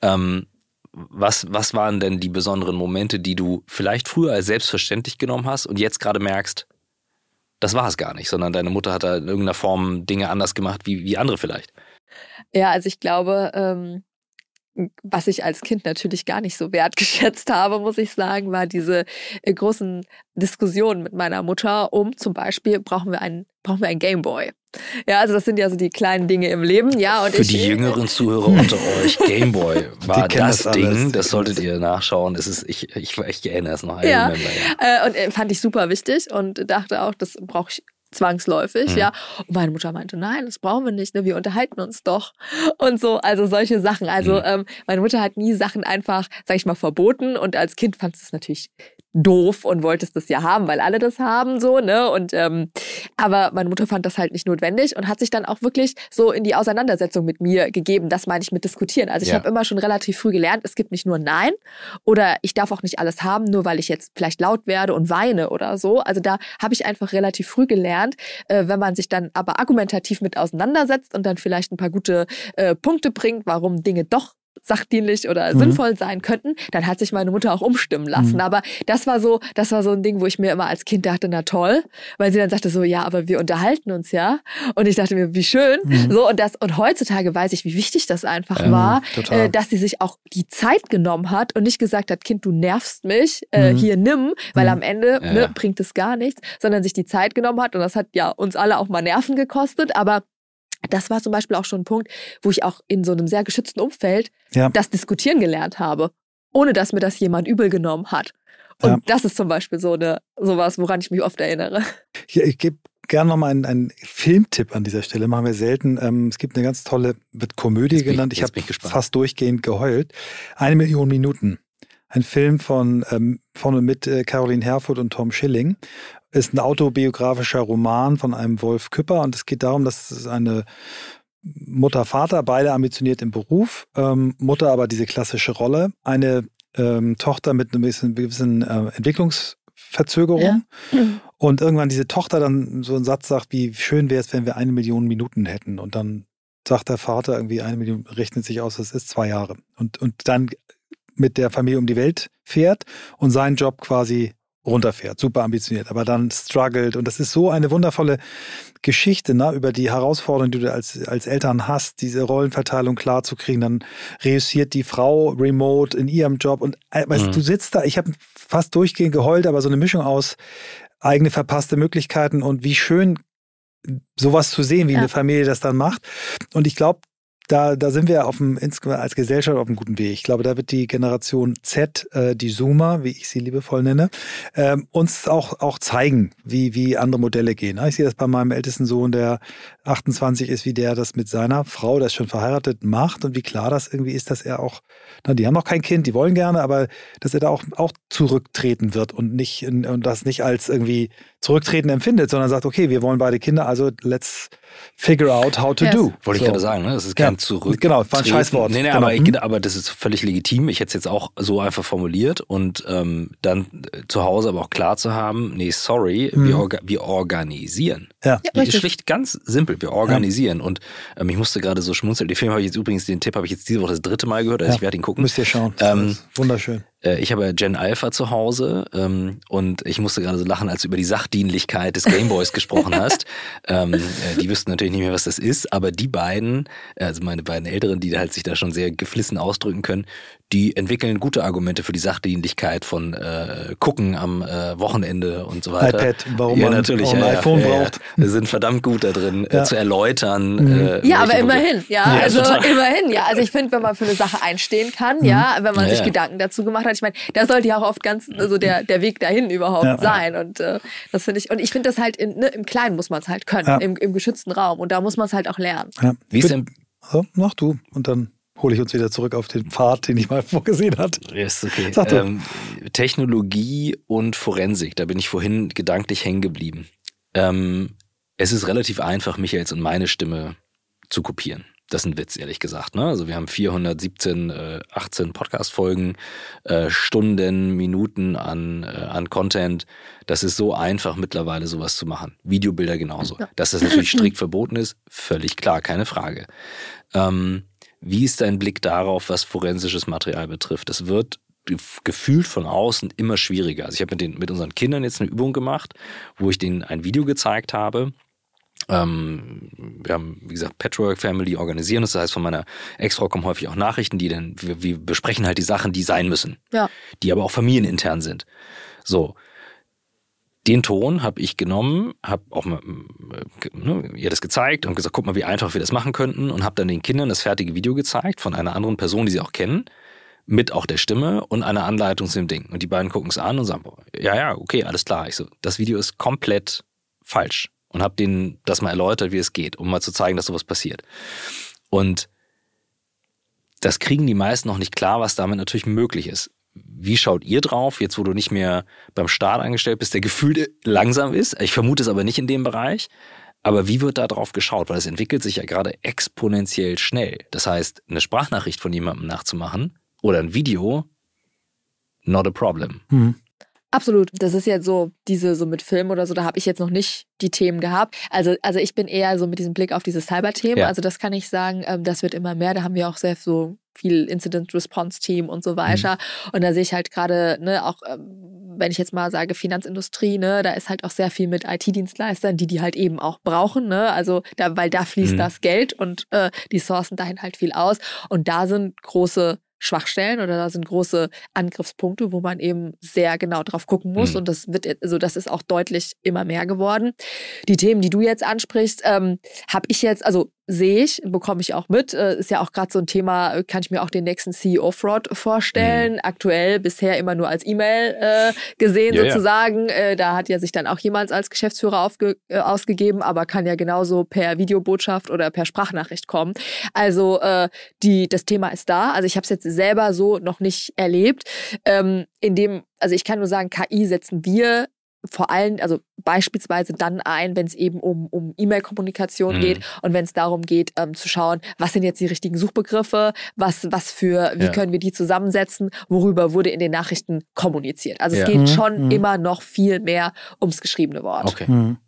Was waren denn die besonderen Momente, die du vielleicht früher als selbstverständlich genommen hast und jetzt gerade merkst, das war es gar nicht, sondern deine Mutter hat da in irgendeiner Form Dinge anders gemacht wie andere vielleicht? Ja, also ich glaube, was ich als Kind natürlich gar nicht so wertgeschätzt habe, muss ich sagen, war diese großen Diskussionen mit meiner Mutter zum Beispiel, brauchen wir einen Gameboy. Ja, also das sind ja so die kleinen Dinge im Leben. Ja, und für die jüngeren Zuhörer unter euch, Gameboy war das Ding, das solltet ihr nachschauen. Ich erinnere es noch. Und fand ich super wichtig und dachte auch, das brauche ich zwangsläufig, ja. Und meine Mutter meinte, nein, das brauchen wir nicht, ne? Wir unterhalten uns doch und so, also solche Sachen. Also meine Mutter hat nie Sachen einfach, sag ich mal, verboten und als Kind fand es natürlich doof und wolltest das ja haben, weil alle das haben, so, ne, und aber meine Mutter fand das halt nicht notwendig und hat sich dann auch wirklich so in die Auseinandersetzung mit mir gegeben, das meine ich mit diskutieren. Also ich habe immer schon relativ früh gelernt, es gibt nicht nur Nein oder ich darf auch nicht alles haben, nur weil ich jetzt vielleicht laut werde und weine oder so. Also da habe ich einfach relativ früh gelernt, wenn man sich dann aber argumentativ mit auseinandersetzt und dann vielleicht ein paar gute Punkte bringt, warum Dinge doch sachdienlich oder sinnvoll sein könnten, dann hat sich meine Mutter auch umstimmen lassen. Aber das war so ein Ding, wo ich mir immer als Kind dachte, na toll, weil sie dann sagte so, ja, aber wir unterhalten uns ja. Und ich dachte mir, wie schön. So, und heutzutage weiß ich, wie wichtig das einfach war, dass sie sich auch die Zeit genommen hat und nicht gesagt hat, Kind, du nervst mich, hier nimm, weil am Ende bringt es gar nichts, sondern sich die Zeit genommen hat und das hat ja uns alle auch mal Nerven gekostet, aber das war zum Beispiel auch schon ein Punkt, wo ich auch in so einem sehr geschützten Umfeld das Diskutieren gelernt habe, ohne dass mir das jemand übel genommen hat. Und das ist zum Beispiel sowas, woran ich mich oft erinnere. Ich gebe gerne nochmal einen Filmtipp an dieser Stelle, machen wir selten. Es gibt eine ganz tolle, wird Komödie genannt. Ich habe fast durchgehend geheult. 1 Million Minuten. Ein Film von und mit Caroline Herfurth und Tom Schilling. Ist ein autobiografischer Roman von einem Wolf Küpper und es geht darum, dass es eine Mutter, Vater, beide ambitioniert im Beruf, Mutter aber diese klassische Rolle, eine Tochter mit einer gewissen Entwicklungsverzögerung und irgendwann diese Tochter dann so einen Satz sagt, wie schön wäre es, wenn wir 1 Million Minuten hätten und dann sagt der Vater irgendwie 1 Million, rechnet sich aus, das ist 2 Jahre und dann mit der Familie um die Welt fährt und seinen Job quasi runterfährt, super ambitioniert, aber dann struggelt und das ist so eine wundervolle Geschichte, ne, über die Herausforderungen, die du als Eltern hast, diese Rollenverteilung klar zu kriegen, dann reüssiert die Frau remote in ihrem Job und weißt, du sitzt da, ich habe fast durchgehend geheult, aber so eine Mischung aus eigene verpasste Möglichkeiten und wie schön sowas zu sehen, wie eine Familie das dann macht und ich glaube, da sind wir als Gesellschaft auf einem guten Weg. Ich glaube, da wird die Generation Z, die Zoomer, wie ich sie liebevoll nenne, uns auch zeigen, wie andere Modelle gehen. Ich sehe das bei meinem ältesten Sohn, der 28 ist, wie der das mit seiner Frau, der ist schon verheiratet, macht und wie klar das irgendwie ist, dass er auch, die haben noch kein Kind, die wollen gerne, aber dass er da auch zurücktreten wird und das nicht als irgendwie zurücktreten empfindet, sondern sagt, okay, wir wollen beide Kinder, also let's figure out how to do. Wollte ich gerade sagen, ne? Das ist kein Zurück. Genau, war ein Scheißwort. Nee, genau. aber das ist völlig legitim. Ich hätte es jetzt auch so einfach formuliert und dann zu Hause aber auch klar zu haben, nee, sorry, wir organisieren. Ja. Die ist schlicht ganz simpel, wir organisieren. Und ich musste gerade so schmunzeln. Den Tipp habe ich jetzt diese Woche das 3. Mal gehört, also ich werde ihn gucken. Müsst ihr schauen. Wunderschön. Ich habe Gen Alpha zu Hause und ich musste gerade so lachen, als du über die Sachdienlichkeit des Gameboys gesprochen hast. Die wüssten natürlich nicht mehr, was das ist, aber die beiden, also meine beiden Älteren, die halt sich da schon sehr geflissen ausdrücken können, die entwickeln gute Argumente für die Sachdienlichkeit von Gucken am Wochenende und so weiter. iPad, warum man natürlich, ein iPhone braucht. Wir sind verdammt gut da drin, zu erläutern. Aber immerhin, also total. immerhin, ja. Also ich finde, wenn man für eine Sache einstehen kann, wenn man sich Gedanken dazu gemacht hat, ich meine, das sollte ja auch oft ganz so der Weg dahin überhaupt sein. Und das finde ich, und ich finde das halt im Kleinen muss man es halt können, im geschützten Raum. Und da muss man es halt auch lernen. Ja. Wie ist denn... So, mach du und dann hole ich uns wieder zurück auf den Pfad, den ich mal vorgesehen hatte. Ist okay. Technologie und Forensik, da bin ich vorhin gedanklich hängen geblieben. Es ist relativ einfach, Michaels und meine Stimme zu kopieren. Das ist ein Witz, ehrlich gesagt. Ne? Also wir haben 18 Podcast-Folgen, Stunden, Minuten an Content. Das ist so einfach mittlerweile, sowas zu machen. Videobilder genauso. Ja. Dass das natürlich strikt verboten ist, völlig klar, keine Frage. Wie ist dein Blick darauf, was forensisches Material betrifft? Das wird gefühlt von außen immer schwieriger. Also ich habe mit unseren Kindern jetzt eine Übung gemacht, wo ich denen ein Video gezeigt habe. Wir haben, wie gesagt, Patchwork Family organisieren. Das heißt, von meiner Ex-Frau kommen häufig auch Nachrichten, wir besprechen halt die Sachen, die sein müssen. Ja. Die aber auch familienintern sind. So. Den Ton habe ich genommen, habe auch mal ihr das gezeigt und gesagt, guck mal, wie einfach wir das machen könnten und habe dann den Kindern das fertige Video gezeigt von einer anderen Person, die sie auch kennen, mit auch der Stimme und einer Anleitung zu dem Ding. Und die beiden gucken es an und sagen, ja, okay, alles klar. Ich so, das Video ist komplett falsch. Und habe denen das mal erläutert, wie es geht, um mal zu zeigen, dass sowas passiert. Und das kriegen die meisten noch nicht klar, was damit natürlich möglich ist. Wie schaut ihr drauf, jetzt wo du nicht mehr beim Start angestellt bist, der gefühlt langsam ist? Ich vermute es aber nicht in dem Bereich. Aber wie wird da drauf geschaut? Weil es entwickelt sich ja gerade exponentiell schnell. Das heißt, eine Sprachnachricht von jemandem nachzumachen oder ein Video, not a problem. Mhm. Absolut. Das ist jetzt so, so mit Film oder so, da habe ich jetzt noch nicht die Themen gehabt. Also ich bin eher so mit diesem Blick auf diese Cyber-Themen. Ja. Also das kann ich sagen, das wird immer mehr. Da haben wir auch sehr so viel Incident-Response-Team und so weiter. Mhm. Und da sehe ich halt gerade, auch wenn ich jetzt mal sage Finanzindustrie, da ist halt auch sehr viel mit IT-Dienstleistern, die halt eben auch brauchen. Also weil da fließt das Geld und die sourcen dahin halt viel aus. Und da sind große Schwachstellen oder da sind große Angriffspunkte, wo man eben sehr genau drauf gucken muss. Und das ist auch deutlich immer mehr geworden. Die Themen, die du jetzt ansprichst, habe ich jetzt, bekomme ich auch mit. Ist ja auch gerade so ein Thema, kann ich mir auch den nächsten CEO-Fraud vorstellen. Aktuell bisher immer nur als E-Mail gesehen sozusagen. Da hat ja sich dann auch jemals als Geschäftsführer ausgegeben, aber kann ja genauso per Videobotschaft oder per Sprachnachricht kommen. Also das Thema ist da. Also ich habe es jetzt selber so noch nicht erlebt. Ich kann nur sagen, KI setzen wir vor allem, also beispielsweise dann ein, wenn es eben um E-Mail-Kommunikation geht und wenn es darum geht, zu schauen, was sind jetzt die richtigen Suchbegriffe, wie können wir die zusammensetzen, worüber wurde in den Nachrichten kommuniziert. Also es geht schon immer noch viel mehr ums geschriebene Wort. Okay.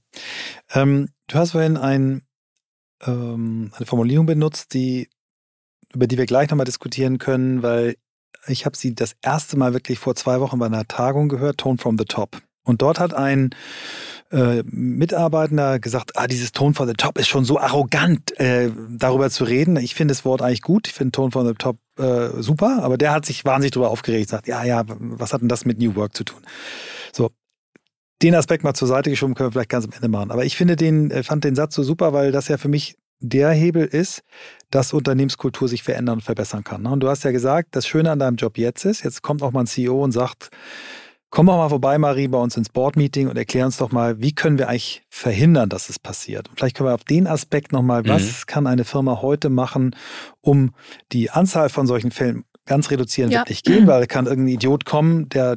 Du hast vorhin eine Formulierung benutzt, über die wir gleich nochmal diskutieren können, weil ich habe sie das erste Mal wirklich vor 2 Wochen bei einer Tagung gehört, Tone from the Top. Und dort hat ein Mitarbeitender gesagt, dieses Tone from the Top ist schon so arrogant, darüber zu reden. Ich finde das Wort eigentlich gut, ich finde Tone from the Top super, aber der hat sich wahnsinnig darüber aufgeregt und sagt, was hat denn das mit New Work zu tun? So, den Aspekt mal zur Seite geschoben, können wir vielleicht ganz am Ende machen. Aber ich fand den Satz so super, weil das ja für mich der Hebel ist, dass Unternehmenskultur sich verändern und verbessern kann. Und du hast ja gesagt, das Schöne an deinem Job jetzt kommt auch mal ein CEO und sagt, komm doch mal vorbei, Marie, bei uns ins Board-Meeting und erklär uns doch mal, wie können wir eigentlich verhindern, dass es passiert. Und vielleicht können wir auf den Aspekt nochmal, was kann eine Firma heute machen, um die Anzahl von solchen Fällen ganz reduzieren wird nicht gehen, weil kann irgendein Idiot kommen, der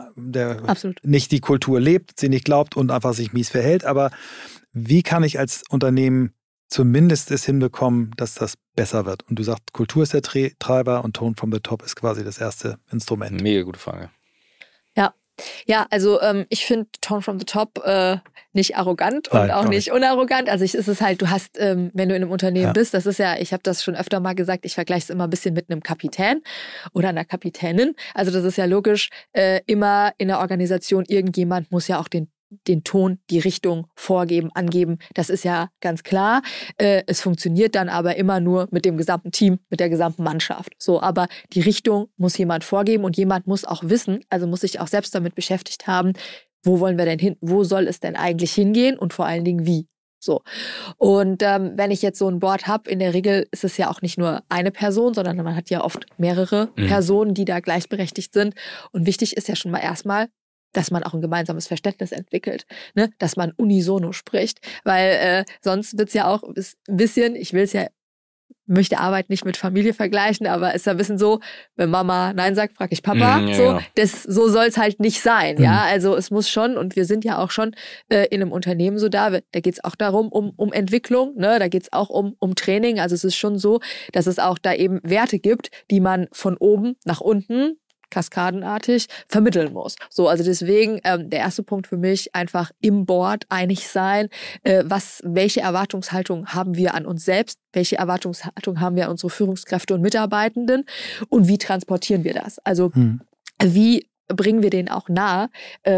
nicht die Kultur lebt, sie nicht glaubt und einfach sich mies verhält. Aber wie kann ich als Unternehmen zumindest es hinbekommen, dass das besser wird? Und du sagst, Kultur ist der Treiber und Tone from the Top ist quasi das erste Instrument. Mega gute Frage. Ja, also ich finde Tone from the Top nicht arrogant und auch nicht unarrogant. Also es ist halt, du hast, wenn du in einem Unternehmen bist, das ist ja, ich habe das schon öfter mal gesagt, ich vergleiche es immer ein bisschen mit einem Kapitän oder einer Kapitänin. Also das ist ja logisch, immer in der Organisation, irgendjemand muss ja auch den Ton, die Richtung vorgeben, angeben. Das ist ja ganz klar. Es funktioniert dann aber immer nur mit dem gesamten Team, mit der gesamten Mannschaft. So, aber die Richtung muss jemand vorgeben und jemand muss auch wissen, also muss sich auch selbst damit beschäftigt haben, wo wollen wir denn hin, wo soll es denn eigentlich hingehen und vor allen Dingen wie. So. Und wenn ich jetzt so ein Board habe, in der Regel ist es ja auch nicht nur eine Person, sondern man hat ja oft mehrere Personen, die da gleichberechtigt sind. Und wichtig ist ja schon mal erstmal, dass man auch ein gemeinsames Verständnis entwickelt, ne? Dass man unisono spricht, weil sonst wird es ja auch ein bisschen, möchte Arbeit nicht mit Familie vergleichen, aber ist ja ein bisschen so, wenn Mama Nein sagt, frage ich Papa, so soll es halt nicht sein, ja, also es muss schon, und wir sind ja auch schon in einem Unternehmen so da geht es auch darum, um Entwicklung, ne? Da geht es auch um Training, also es ist schon so, dass es auch da eben Werte gibt, die man von oben nach unten kaskadenartig vermitteln muss. So, also deswegen der erste Punkt für mich, einfach im Board einig sein, welche Erwartungshaltung haben wir an uns selbst, welche Erwartungshaltung haben wir an unsere Führungskräfte und Mitarbeitenden und wie transportieren wir das? Also wie bringen wir denen auch nahe,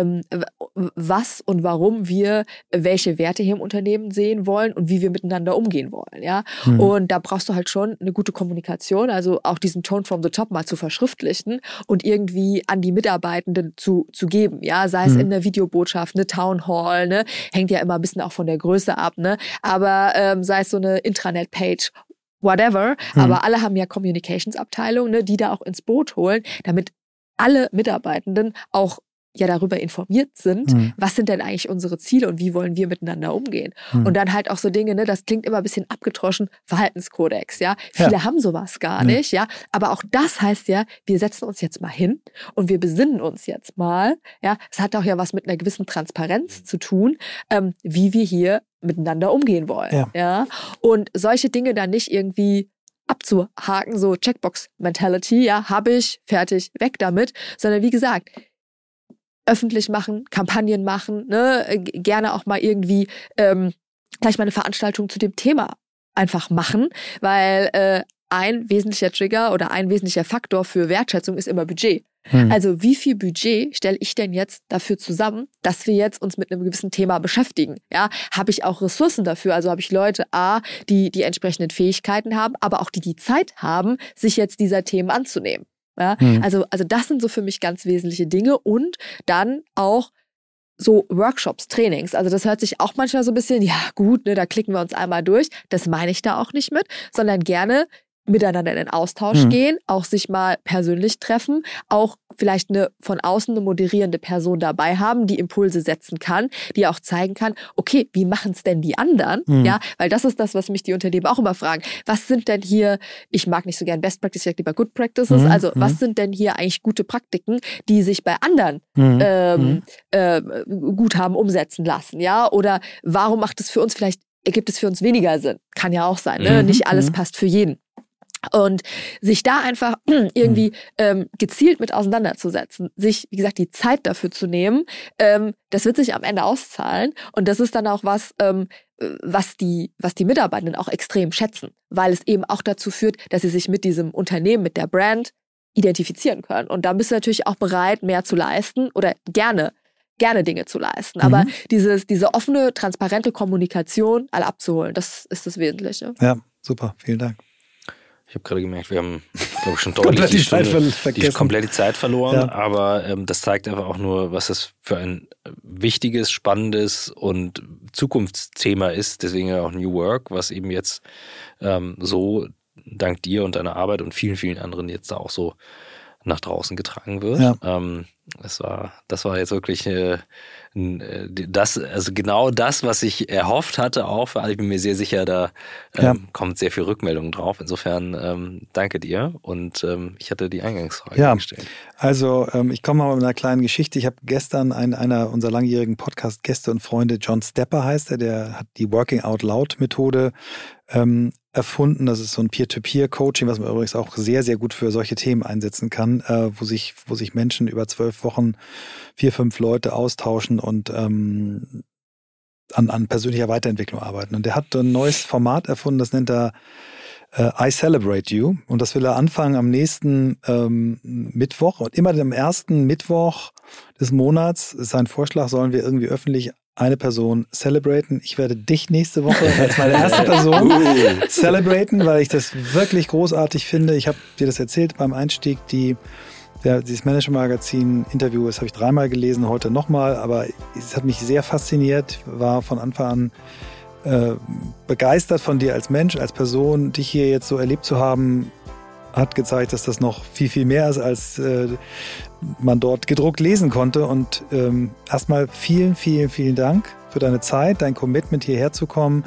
was und warum wir welche Werte hier im Unternehmen sehen wollen und wie wir miteinander umgehen wollen, ja. Und da brauchst du halt schon eine gute Kommunikation, also auch diesen Tone from the Top mal zu verschriftlichen und irgendwie an die Mitarbeitenden zu geben, ja, sei es in der Videobotschaft, eine Town Hall, ne, hängt ja immer ein bisschen auch von der Größe ab, ne, aber sei es so eine Intranet-Page, whatever, aber alle haben ja Communications-Abteilungen, ne, die da auch ins Boot holen, damit alle Mitarbeitenden auch ja darüber informiert sind, was sind denn eigentlich unsere Ziele und wie wollen wir miteinander umgehen. Und dann halt auch so Dinge, ne, das klingt immer ein bisschen abgedroschen, Verhaltenskodex, ja. Viele haben sowas gar nicht, ja. Aber auch das heißt ja, wir setzen uns jetzt mal hin und wir besinnen uns jetzt mal, ja. Es hat auch ja was mit einer gewissen Transparenz zu tun, wie wir hier miteinander umgehen wollen, ja. Und solche Dinge dann nicht irgendwie abzuhaken, so Checkbox-Mentality, ja, habe ich, fertig, weg damit, sondern wie gesagt, öffentlich machen, Kampagnen machen, ne, gerne auch mal irgendwie gleich mal eine Veranstaltung zu dem Thema einfach machen, weil ein wesentlicher Trigger oder ein wesentlicher Faktor für Wertschätzung ist immer Budget. Also wie viel Budget stelle ich denn jetzt dafür zusammen, dass wir jetzt uns mit einem gewissen Thema beschäftigen? Ja, habe ich auch Ressourcen dafür? Also habe ich Leute, die entsprechenden Fähigkeiten haben, aber auch die Zeit haben, sich jetzt dieser Themen anzunehmen. Ja, also das sind so für mich ganz wesentliche Dinge und dann auch so Workshops, Trainings. Also das hört sich auch manchmal so ein bisschen, ja gut, ne, da klicken wir uns einmal durch. Das meine ich da auch nicht mit, sondern gerne miteinander in den Austausch gehen, auch sich mal persönlich treffen, auch vielleicht eine von außen eine moderierende Person dabei haben, die Impulse setzen kann, die auch zeigen kann, okay, wie machen es denn die anderen? Ja, weil das ist das, was mich die Unternehmen auch immer fragen. Was sind denn hier, ich mag nicht so gern Best Practices, ich sage lieber Good Practices, also was sind denn hier eigentlich gute Praktiken, die sich bei anderen gut haben umsetzen lassen? Ja, oder warum macht es für uns vielleicht, ergibt es für uns weniger Sinn? Kann ja auch sein, ne? Nicht alles passt für jeden. Und sich da einfach irgendwie gezielt mit auseinanderzusetzen, sich, wie gesagt, die Zeit dafür zu nehmen, das wird sich am Ende auszahlen. Und das ist dann auch was, was die Mitarbeitenden auch extrem schätzen, weil es eben auch dazu führt, dass sie sich mit diesem Unternehmen, mit der Brand identifizieren können. Und da bist du natürlich auch bereit, mehr zu leisten oder gerne Dinge zu leisten. Aber diese offene, transparente Kommunikation alle abzuholen, das ist das Wesentliche. Ja, super. Vielen Dank. Ich habe gerade gemerkt, wir haben, glaube ich, schon deutlich die komplette Zeit verloren. Ja. Aber das zeigt einfach auch nur, was das für ein wichtiges, spannendes und Zukunftsthema ist. Deswegen ja auch New Work, was eben jetzt so dank dir und deiner Arbeit und vielen, vielen anderen jetzt da auch so nach draußen getragen wird. Ja. Das war jetzt wirklich genau das, was ich erhofft hatte auch. Ich bin mir sehr sicher, da kommt sehr viel Rückmeldung drauf. Insofern danke dir und ich hatte die Eingangsfrage gestellt. Also ich komme mal mit einer kleinen Geschichte. Ich habe gestern einer unserer langjährigen Podcast-Gäste und Freunde, John Stepper heißt er, der hat die Working Out Loud Methode erfunden. Das ist so ein Peer-to-Peer-Coaching, was man übrigens auch sehr, sehr gut für solche Themen einsetzen kann, wo sich Menschen über 12 Wochen 4-5 Leute austauschen und an persönlicher Weiterentwicklung arbeiten. Und der hat ein neues Format erfunden, das nennt er I Celebrate You. Und das will er anfangen am nächsten Mittwoch. Und immer am ersten Mittwoch des Monats ist sein Vorschlag, sollen wir irgendwie öffentlich eine Person celebraten. Ich werde dich nächste Woche als meine erste Person celebraten, weil ich das wirklich großartig finde. Ich habe dir das erzählt beim Einstieg, dieses Manager-Magazin-Interview, das habe ich 3-mal gelesen, heute nochmal, aber es hat mich sehr fasziniert, war von Anfang an begeistert von dir als Mensch, als Person. Dich hier jetzt so erlebt zu haben, hat gezeigt, dass das noch viel, viel mehr ist, als man dort gedruckt lesen konnte. Und erstmal vielen, vielen, vielen Dank für deine Zeit, dein Commitment, hierher zu kommen.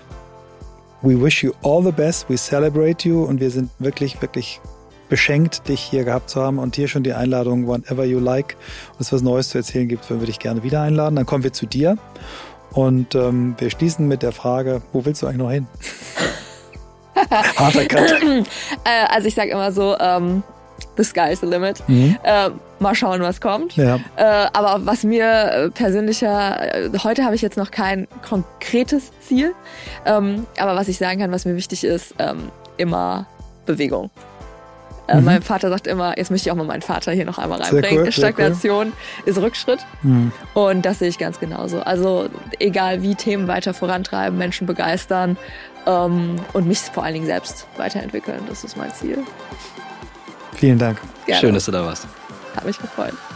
We wish you all the best, we celebrate you und wir sind wirklich, wirklich beschenkt, dich hier gehabt zu haben und hier schon die Einladung, whenever you like, und es was Neues zu erzählen gibt, würden wir dich gerne wieder einladen. Dann kommen wir zu dir und wir schließen mit der Frage, wo willst du eigentlich noch hin? Harter Cut. Also ich sage immer so, the sky is the limit. Mal schauen, was kommt. Ja. Aber was mir persönlicher, heute habe ich jetzt noch kein konkretes Ziel, aber was ich sagen kann, was mir wichtig ist, immer Bewegung. Mein Vater sagt immer, jetzt möchte ich auch mal meinen Vater hier noch einmal reinbringen. Cool, Stagnation ist Rückschritt. Und das sehe ich ganz genauso. Also egal wie, Themen weiter vorantreiben, Menschen begeistern und mich vor allen Dingen selbst weiterentwickeln. Das ist mein Ziel. Vielen Dank. Gerne. Schön, dass du da warst. Hat mich gefreut.